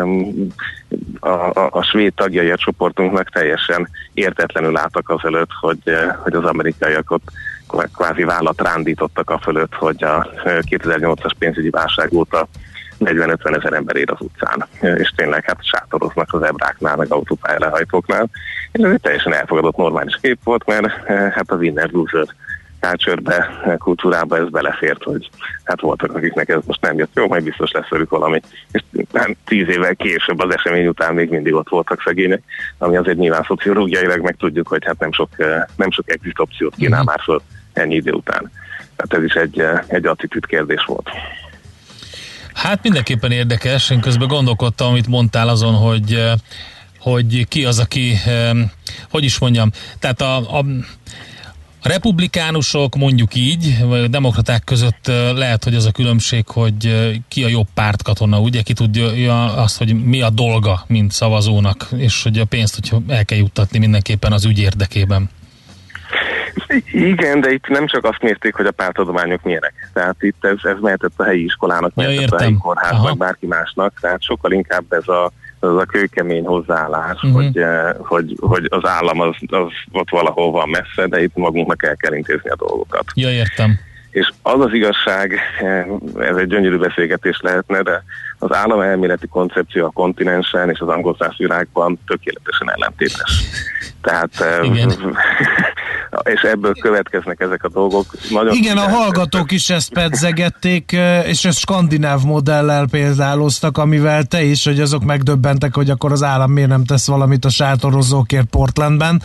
a svéd tagjai a csoportunknak teljesen értetlenül álltak azelőtt, hogy az amerikaiak ott kvázi vállat rándítottak a fölött, hogy a 2008-as pénzügyi válság óta 40-50 ezer ember ér az utcán, és tényleg hát sátoroznak az ebráknál, meg autópályalehajtóknál. Ez egy teljesen elfogadott normális kép volt, mert hát az inner loser culture-be, kultúrába ez belefért, hogy hát voltak, akiknek ez most nem jött jó, majd biztos lesz velük valami. És hát 10 évvel később az esemény után még mindig ott voltak szegények, ami azért nyilván szociológiailag meg tudjuk, hogy hát nem sok exit opciót kínál már föl ennyi idő után. Tehát ez is egy attitűd kérdés volt. Hát mindenképpen érdekes, én közben gondolkodtam, amit mondtál azon, hogy ki az, aki, hogy is mondjam, tehát a republikánusok, mondjuk így, vagy a demokraták között lehet, hogy az a különbség, hogy ki a jobb pártkatona, ugye? Ki tudja azt, hogy mi a dolga, mint szavazónak, és hogy a pénzt, hogy el kell juttatni mindenképpen az ügy érdekében. Igen, de itt nem csak azt mérték, hogy a pártadományok milyenek. Tehát itt ez mehetett a helyi iskolának, mehetett a helyi kórháznak, bárki másnak, tehát sokkal inkább ez a kőkemény hozzáállás, hogy az állam az ott valahol van messze, de itt magunknak el kell intézni a dolgokat. Ja, értem. És az az igazság, ez egy gyönyörű beszélgetés lehetne, de az államelméleti koncepció a kontinensen és az angolszász világban tökéletesen ellentétes. Tehát és ebből következnek ezek a dolgok. Nagyon igen, a hallgatók is ezt pedzegették, és ezt skandináv modellel példáloztak, amivel te is, hogy azok megdöbbentek, hogy akkor az állam miért nem tesz valamit a sátorozókért Portlandben.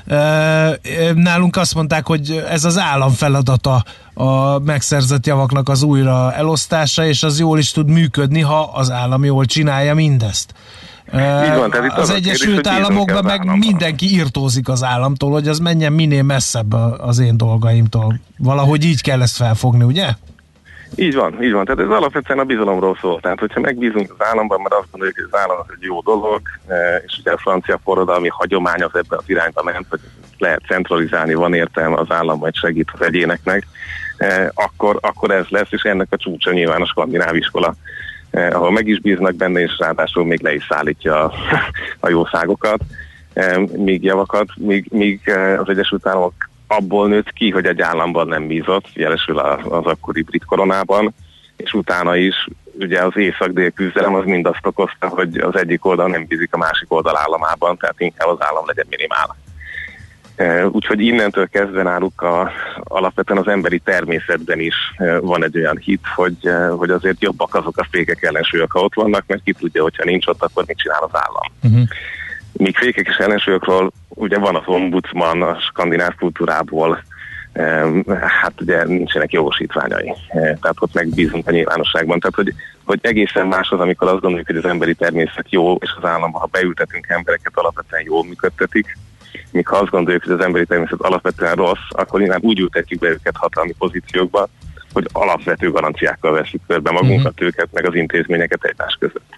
Nálunk azt mondták, hogy ez az állam feladata a megszerzett javaknak az újra elosztása, és az jól is tud működni, ha az állam jól csinálja mindezt. Így van, tehát itt az Egyesült Államokban meg mindenki irtózik az államtól, hogy az menjen minél messzebb az én dolgaimtól. Valahogy így kell ezt felfogni, ugye? Így van. Tehát ez alapvetően a bizalomról szól. Tehát, hogyha megbízunk az államban, mert azt gondoljuk, hogy az állam az egy jó dolog, és ugye a francia forradalmi hagyomány az ebben az irányba ment, hogy lehet centralizálni, van értelme, az állam majd segít az egyéneknek, akkor ez lesz, és ennek a csúcsa nyilván a skandináv iskola, ahol meg is bíznak benne, és ráadásul még le is szállítja a jószágokat, míg javakat, míg az Egyesült Államok abból nőtt ki, hogy egy államban nem bízott, jelesül az akkori brit koronában, és utána is ugye az észak-dél küzdelem az mind azt okozta, hogy az egyik oldal nem bízik a másik oldal államában, tehát inkább az állam legyen minimál. Úgyhogy innentől kezdve náluk alapvetően az emberi természetben is van egy olyan hit, hogy azért jobbak azok a fékek ellensúlyok, ha ott vannak, mert ki tudja, hogyha nincs ott, akkor mit csinál az állam. Uh-huh. Míg fékek és ellensúlyokról ugye van az ombudsman a skandináv kultúrából, hát ugye nincsenek jogosítványai. Tehát ott megbízunk a nyilvánosságban. Tehát, hogy egészen más az, amikor azt gondoljuk, hogy az emberi természet jó, és az államban, ha beültetünk embereket, alapvetően jól működtetik. Míg ha azt gondoljuk, hogy az emberi természet alapvetően rossz, akkor innen úgy ültetjük be őket hatalmi pozíciókba, hogy alapvető garanciákkal veszük körbe magunkat, őket, meg az intézményeket egymás között.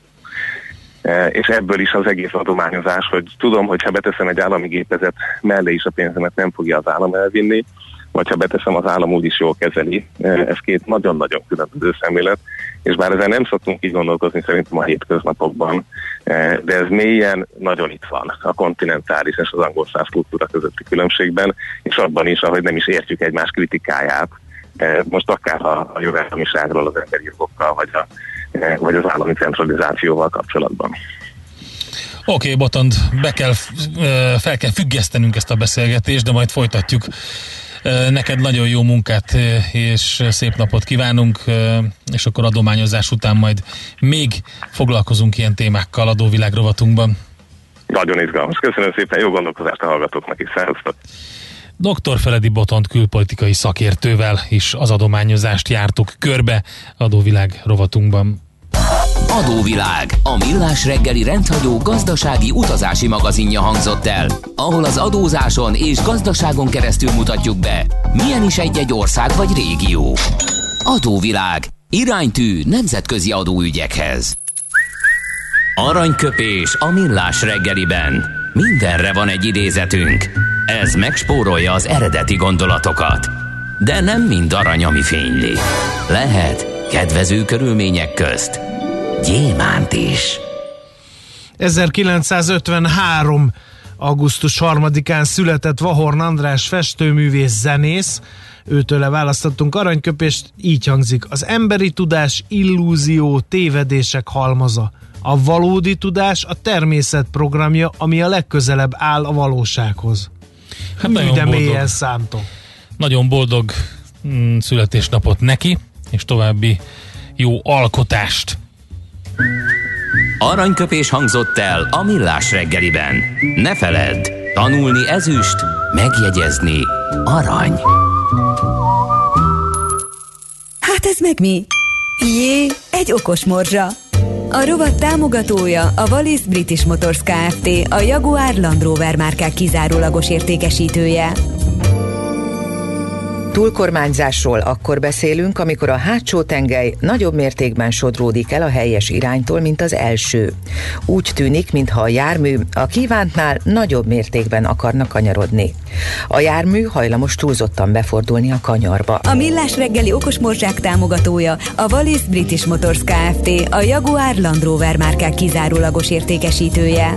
És ebből is az egész adományozás, hogy tudom, hogy ha beteszem egy állami gépezet mellé is a pénzemet, nem fogja az állam elvinni, vagy ha beteszem, az állam úgyis jól kezeli. Ez két nagyon-nagyon különböző szemlélet, és bár ezen nem szoktunk így gondolkozni szerintem a hétköznapokban, de ez mélyen nagyon itt van a kontinentális és az angol száz kultúra közötti különbségben, és abban is, ahogy nem is értjük egymás kritikáját, most akár a jogállamiságról, az emberi jogokkal, vagy az állami centralizációval kapcsolatban. Oké, Botond, fel kell függesztenünk ezt a beszélgetést, de majd folytatjuk. Neked nagyon jó munkát és szép napot kívánunk, és akkor adományozás után majd még foglalkozunk ilyen témákkal adóvilág rovatunkban. Nagyon izgalmas. Köszönöm szépen, jó gondolkozást a hallgatóknak is. Szervusztok! Dr. Feledi Botond külpolitikai szakértővel is az adományozást jártuk körbe adóvilág rovatunkban. Adóvilág, a millás reggeli rendhagyó gazdasági utazási magazinja hangzott el, ahol az adózáson és gazdaságon keresztül mutatjuk be, milyen is egy-egy ország vagy régió. Adóvilág, iránytű nemzetközi adóügyekhez. Aranyköpés a millás reggeliben. Mindenre van egy idézetünk. Ez megspórolja az eredeti gondolatokat. De nem mind arany, ami fényli. Lehet kedvező körülmények közt gyémánt is. 1953. augusztus 3-án született Vahorn András festőművész, zenész. Őtőle választottunk aranyköpést, így hangzik: az emberi tudás illúzió, tévedések halmaza. A valódi tudás a természet programja, ami a legközelebb áll a valósághoz. Hát nagyon mélyen szántok. Nagyon boldog születésnapot neki, és további jó alkotást. Aranyköpés hangzott el a millás reggeliben. Ne feledd, tanulni ezüst, megjegyezni arany. Hát ez meg mi? Jé, egy okos morzsa. A rovat támogatója a Wallis British Motors Kft., a Jaguar Land Rover márkák kizárólagos értékesítője. Túlkormányzásról akkor beszélünk, amikor a hátsó tengely nagyobb mértékben sodródik el a helyes iránytól, mint az első. Úgy tűnik, mintha a jármű a kívántnál nagyobb mértékben akarna kanyarodni. A jármű hajlamos túlzottan befordulni a kanyarba. A millás reggeli okos morzsák támogatója a Wallis British Motors Kft., a Jaguar Land Rover márkák kizárólagos értékesítője.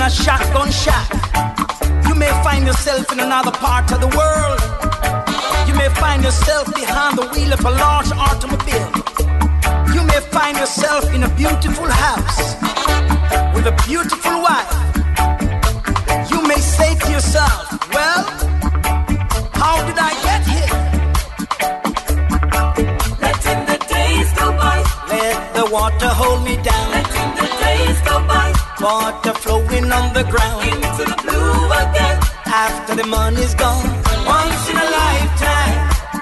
a shotgun shot. You may find yourself in another part of the world. You may find yourself behind the wheel of a large automobile. You may find yourself in a beautiful house with a beautiful wife. You may say to yourself, well, how did I get here? Letting the days go by. Let the water hold me down. Letting the days go by. Water flowing on the ground. Into the blue again. After the money's gone. Once in a lifetime.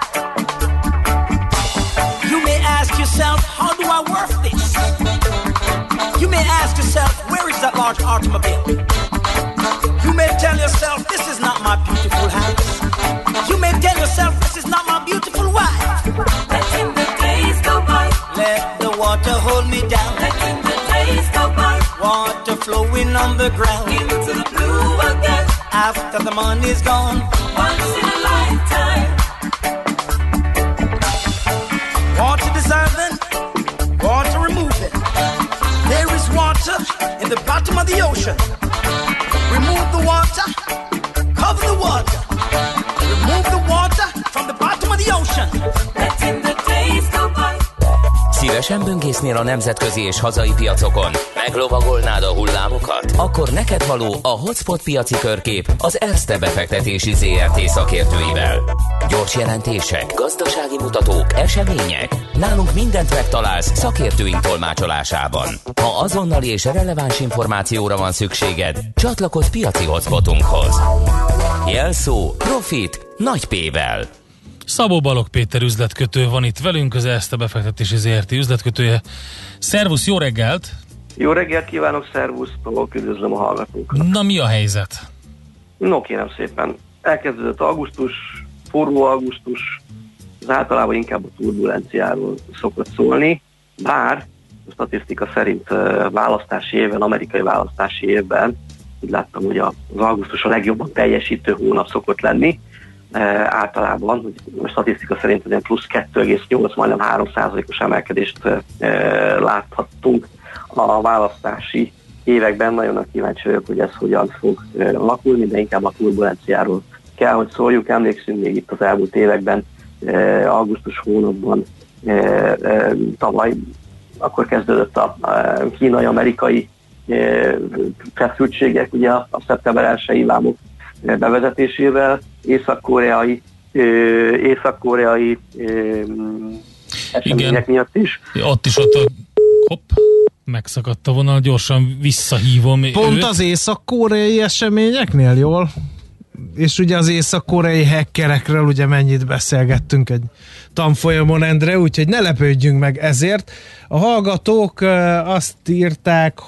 You may ask yourself, how do I work this? You may ask yourself, where is that large automobile? You may tell yourself, this is not my beautiful house. You may tell yourself, this is not my beautiful wife. Letting the days go by. Let the water hold me down. Letting the days go by. Water flowing on the ground. Into the blue again. After the money's gone. Once in a lifetime. Water deserving, water removing. There is water in the bottom of the ocean. Remove the water, cover the water. Remove the water from the bottom of the ocean. Letting the days go by. Szívesen böngésznél a nemzetközi és hazai piacokon? Meglovagolnád a hullámokat? Akkor neked való a Hotspot piaci körkép az Erste befektetési ZRT szakértőivel. Gyors jelentések, gazdasági mutatók, események. Nálunk mindent megtalálsz szakértőink tolmácsolásában. Ha azonnali és releváns információra van szükséged, csatlakozz piaci hotspotunkhoz. Jelszó Profit nagy P-vel. Szabó Balogh Péter üzletkötő van itt velünk, az Erste befektetési ZRT üzletkötője. Szervusz, jó reggelt! Jó reggelt kívánok, szervusztok, üdvözlöm a hallgatókat. Na, mi a helyzet? No, kérem szépen. Elkezdődött augusztus, forró augusztus, az általában inkább a turbulenciáról szokott szólni, bár a statisztika szerint választási évben, amerikai választási évben, úgy láttam, hogy az augusztus a legjobban teljesítő hónap szokott lenni, általában, a statisztika szerint olyan plusz 2,8, majdnem 3%-os emelkedést láthattunk a választási években. Nagyon kíváncsi vagyok, hogy ez hogyan fog alakulni, de inkább a turbulenciáról kell, hogy szóljuk. Emlékszünk még itt az elmúlt években, augusztus hónapban, tavaly, akkor kezdődött a kínai-amerikai feszültségek, ugye a szeptember 1-i vámok bevezetésével, észak-koreai események miatt is. Ott megszakadt a vonal, gyorsan visszahívom Pont őt. az észak-koreai eseményeknél, jól? És ugye az észak-koreai hackerekről ugye mennyit beszélgettünk egy tanfolyamon, Endre, úgyhogy ne lepődjünk meg ezért. A hallgatók azt írták,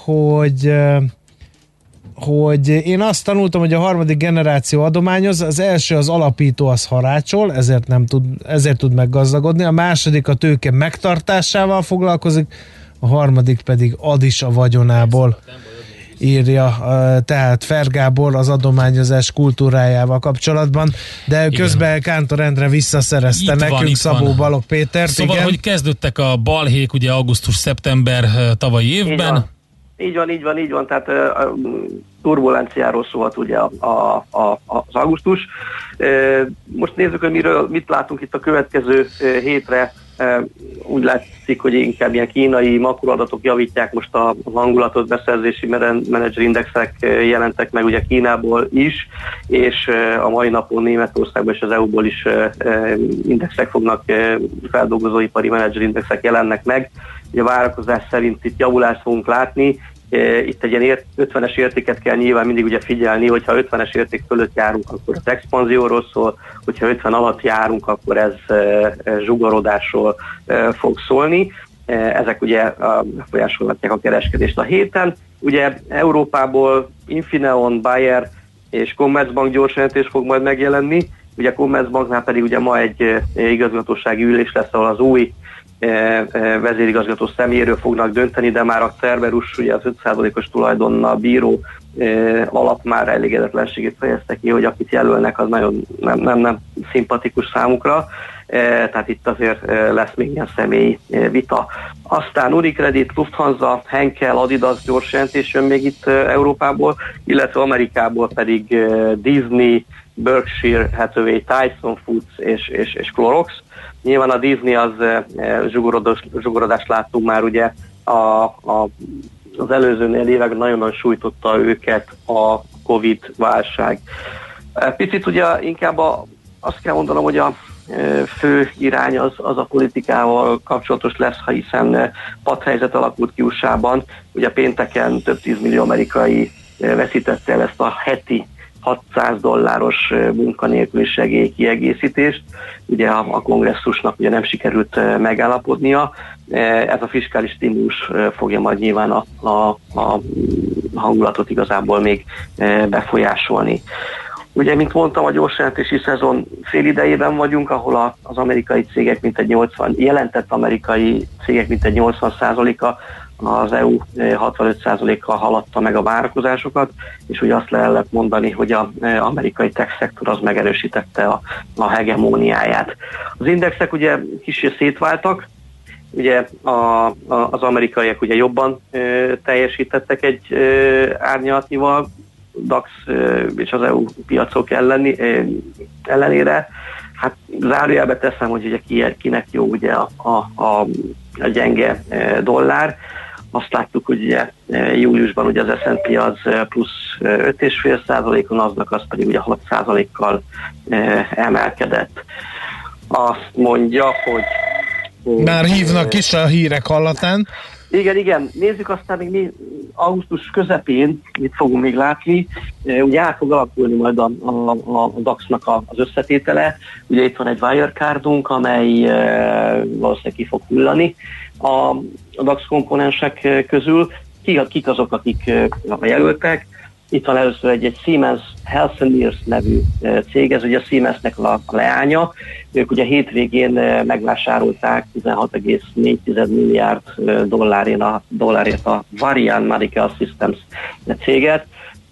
hogy én azt tanultam, hogy a harmadik generáció adományoz, az első az alapító, az harácsol, ezért tud meggazdagodni, a második a tőke megtartásával foglalkozik, a harmadik pedig ad is a vagyonából, írja tehát Fergábor az adományozás kultúrájával kapcsolatban, de igen, közben Kántor Endre visszaszerezte itt nekünk Szabó Balogh Pétert. Szóval, igen, hogy kezdődtek a balhék ugye augusztus-szeptember tavalyi évben. Így van, tehát a turbulenciáról szólt ugye az augusztus. Most nézzük, hogy mit látunk itt a következő hétre. Úgy látszik, hogy inkább ilyen kínai makroadatok javítják most a hangulatot, beszerzési menedzserindexek jelentek meg ugye Kínából is, és a mai napon Németországban és az EU-ból is indexek fognak, feldolgozóipari menedzserindexek jelennek meg. Ugye a várakozás szerint itt javulást fogunk látni, itt egy ilyen 50-es értéket kell nyilván mindig ugye figyelni, hogyha 50-es érték fölött járunk, akkor az expanzióról szól, hogyha 50 alatt járunk, akkor ez zsugorodásról fog szólni. Ezek ugye befolyásolhatják a kereskedést a héten. Ugye Európából Infineon, Bayer és Commerzbank gyors jelentés fog majd megjelenni. Ugye a Commerzbanknál pedig ugye ma egy igazgatósági ülés lesz, ahol az új vezérigazgató személyéről fognak dönteni, de már a Cerberus, ugye az 5%-os tulajdonnal bíró alap már elégedetlenségét fejezte ki, hogy akit jelölnek, az nagyon nem szimpatikus számukra. tehát itt azért lesz még ilyen személyi vita. Aztán Unicredit, Lufthansa, Henkel, Adidas gyors jelentés jön még itt Európából, illetve Amerikából pedig Disney, Berkshire Hathaway, Tyson Foods és Clorox. Nyilván a Disney az zsugorodást láttunk már ugye az előzőnél években nagyon sújtotta őket a Covid-válság. Picit ugye inkább azt kell mondanom, hogy a fő irány az a politikával kapcsolatos lesz, hiszen padhelyzet alakult ki USA-ban. Ugye pénteken több 10 millió amerikai veszítette el ezt a heti $600 munkanélküli segélykiegészítést. Ugye a kongresszusnak ugye nem sikerült megállapodnia. Ez a fiskális stimulus fogja majd nyilván a hangulatot igazából még befolyásolni. Ugye, mint mondtam, a gyorsjelentési szezon félidejében vagyunk, ahol az amerikai cégek jelentett amerikai cégek mintegy 80%-a, az EU 65%-kal haladta meg a várakozásokat, és ugye azt lehet mondani, hogy az amerikai tech szektor az megerősítette a hegemóniáját. Az indexek ugye kicsit szétváltak, ugye az amerikaiak ugye jobban teljesítettek egy árnyalatnyival, DAX és az EU piacok ellenére. Hát zárójelbe teszem, hogy ugye kinek jó ugye a gyenge dollár. Azt láttuk, hogy ugye júliusban ugye az S&P az plusz 5,5%-on, aznak az pedig ugye 6%-kal emelkedett. Azt mondja, hogy már hívnak is a hírek hallatán. Igen. Nézzük aztán még mi augusztus közepén, mit fogunk még látni. Ugye át fog alakulni majd a DAX-nak az összetétele. Ugye itt van egy Wirecardunk, amely valószínűleg ki fog hullani a DAX komponensek közül. Kik azok, akik jelöltek? Itt van először egy Siemens Healthineers nevű cég, ez ugye a Siemensnek a leánya. Ők ugye hétvégén megvásárolták 16,4 milliárd dollárért a Varian Medical Systems céget.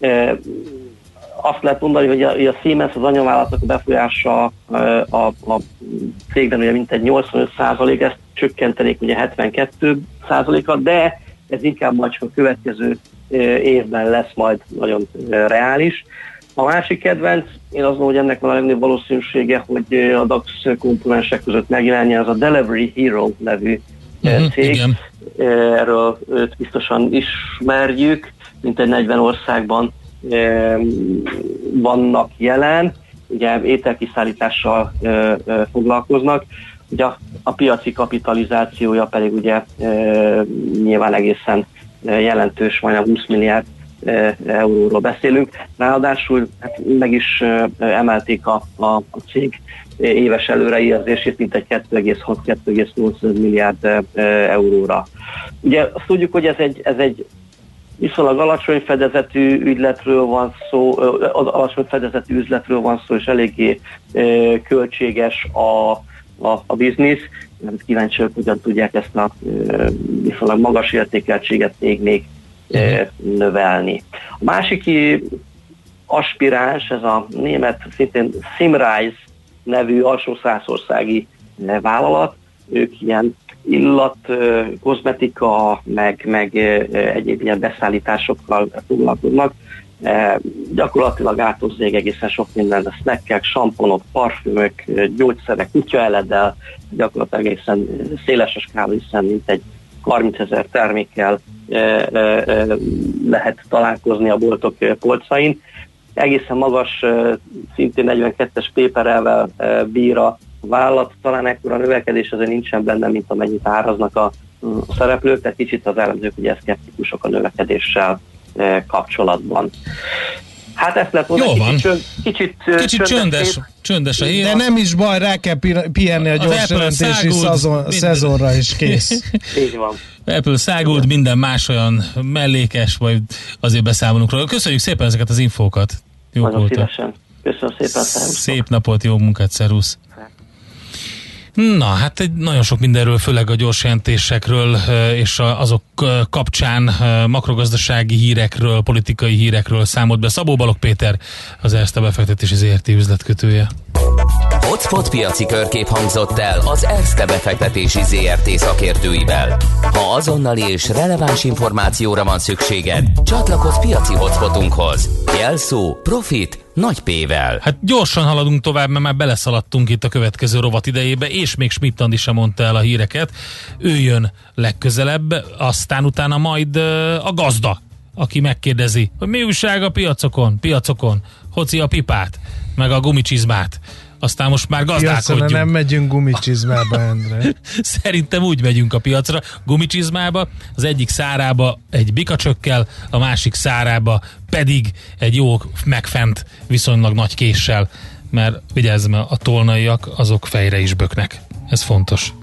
Azt lehet mondani, hogy a Siemens, az anyavállalatnak a befolyása a cégben ugye mintegy 85%, ezt csökkentenék ugye 72%-at, de ez inkább majd csak a következő évben lesz majd nagyon reális. A másik kedvenc, én azt mondom, hogy ennek van a legnagyobb valószínűsége, hogy a DAX komponensek között megjelenjen, az a Delivery Hero nevű cég. Igen. Erről őt biztosan ismerjük, mintegy 40 országban vannak jelen, ugye ételkiszállítással foglalkoznak. Ugye a piaci kapitalizációja pedig ugye nyilván egészen jelentős, majdnem 20 milliárd euróról beszélünk. Ráadásul hát meg is emelték a cég éves előrejelzését mintegy 2,6-2,8 milliárd euróra. Ugye azt tudjuk, hogy ez egy viszonylag alacsony fedezetű ügyletről van szó, alacsony fedezetű üzletről van szó, és eléggé költséges a biznisz. Kíváncsiak, hogyan tudják ezt a viszonylag magas értékeltséget még növelni. A másik aspiráns, ez a német, szintén Symrise nevű alsó szászországi vállalat. Ők ilyen illat, kozmetika, meg egyéb ilyen beszállításokkal foglalkoznak. Gyakorlatilag áthozzék egészen sok minden, a snackek, samponok, parfümök, gyógyszerek, kutyaeleddel, gyakorlatilag egészen széles a skála, hiszen mintegy 30 000 termékkel lehet találkozni a boltok polcain. Egészen magas, szintén 42-es péperelvel bír a vállalat, talán ekkora növekedés azért nincsen benne, mint amennyit áraznak a szereplők, tehát kicsit az elemzők ugye szkeptikusok a növekedéssel kapcsolatban. Hát ezt lehet mondani, kicsit csöndes a hír. De nem is baj, rá kell pihenni a gyors jelentési szezonra is, kész. Így van. Apple szágult, minden más olyan mellékes, vagy azért beszámolunk róla. Köszönjük szépen ezeket az infókat. Nagyon szívesen. Köszönöm szépen. Szép napot, jó munkát, szervusz. Na, hát nagyon sok mindenről, főleg a gyors jelentésekről és azok kapcsán makrogazdasági hírekről, politikai hírekről számolt be Szabó Balogh Péter, az Erste befektetési ZRT üzletkötője. Hotspot piaci körkép hangzott el az Erste befektetési ZRT szakértőivel. Ha azonnali és releváns információra van szükséged, csatlakozz piaci hotspotunkhoz. Jelszó Profit nagy P-vel. Hát gyorsan haladunk tovább, mert már beleszaladtunk itt a következő rovat idejébe, és még Schmidt Andi sem mondta el a híreket. Ő jön legközelebb, aztán utána majd a gazda, aki megkérdezi, hogy mi újság a piacokon, hoci a pipát, meg a gumicsizmát. Aztán most már gazdálkodjunk. Piacra nem megyünk gumicsizmába, Endre. Szerintem úgy megyünk a piacra, gumicsizmába, az egyik szárába egy bikacsökkel, a másik szárába pedig egy jó megfent, viszonylag nagy késsel, mert vigyázz, mert a tolnaiak azok fejre is böknek. Ez fontos.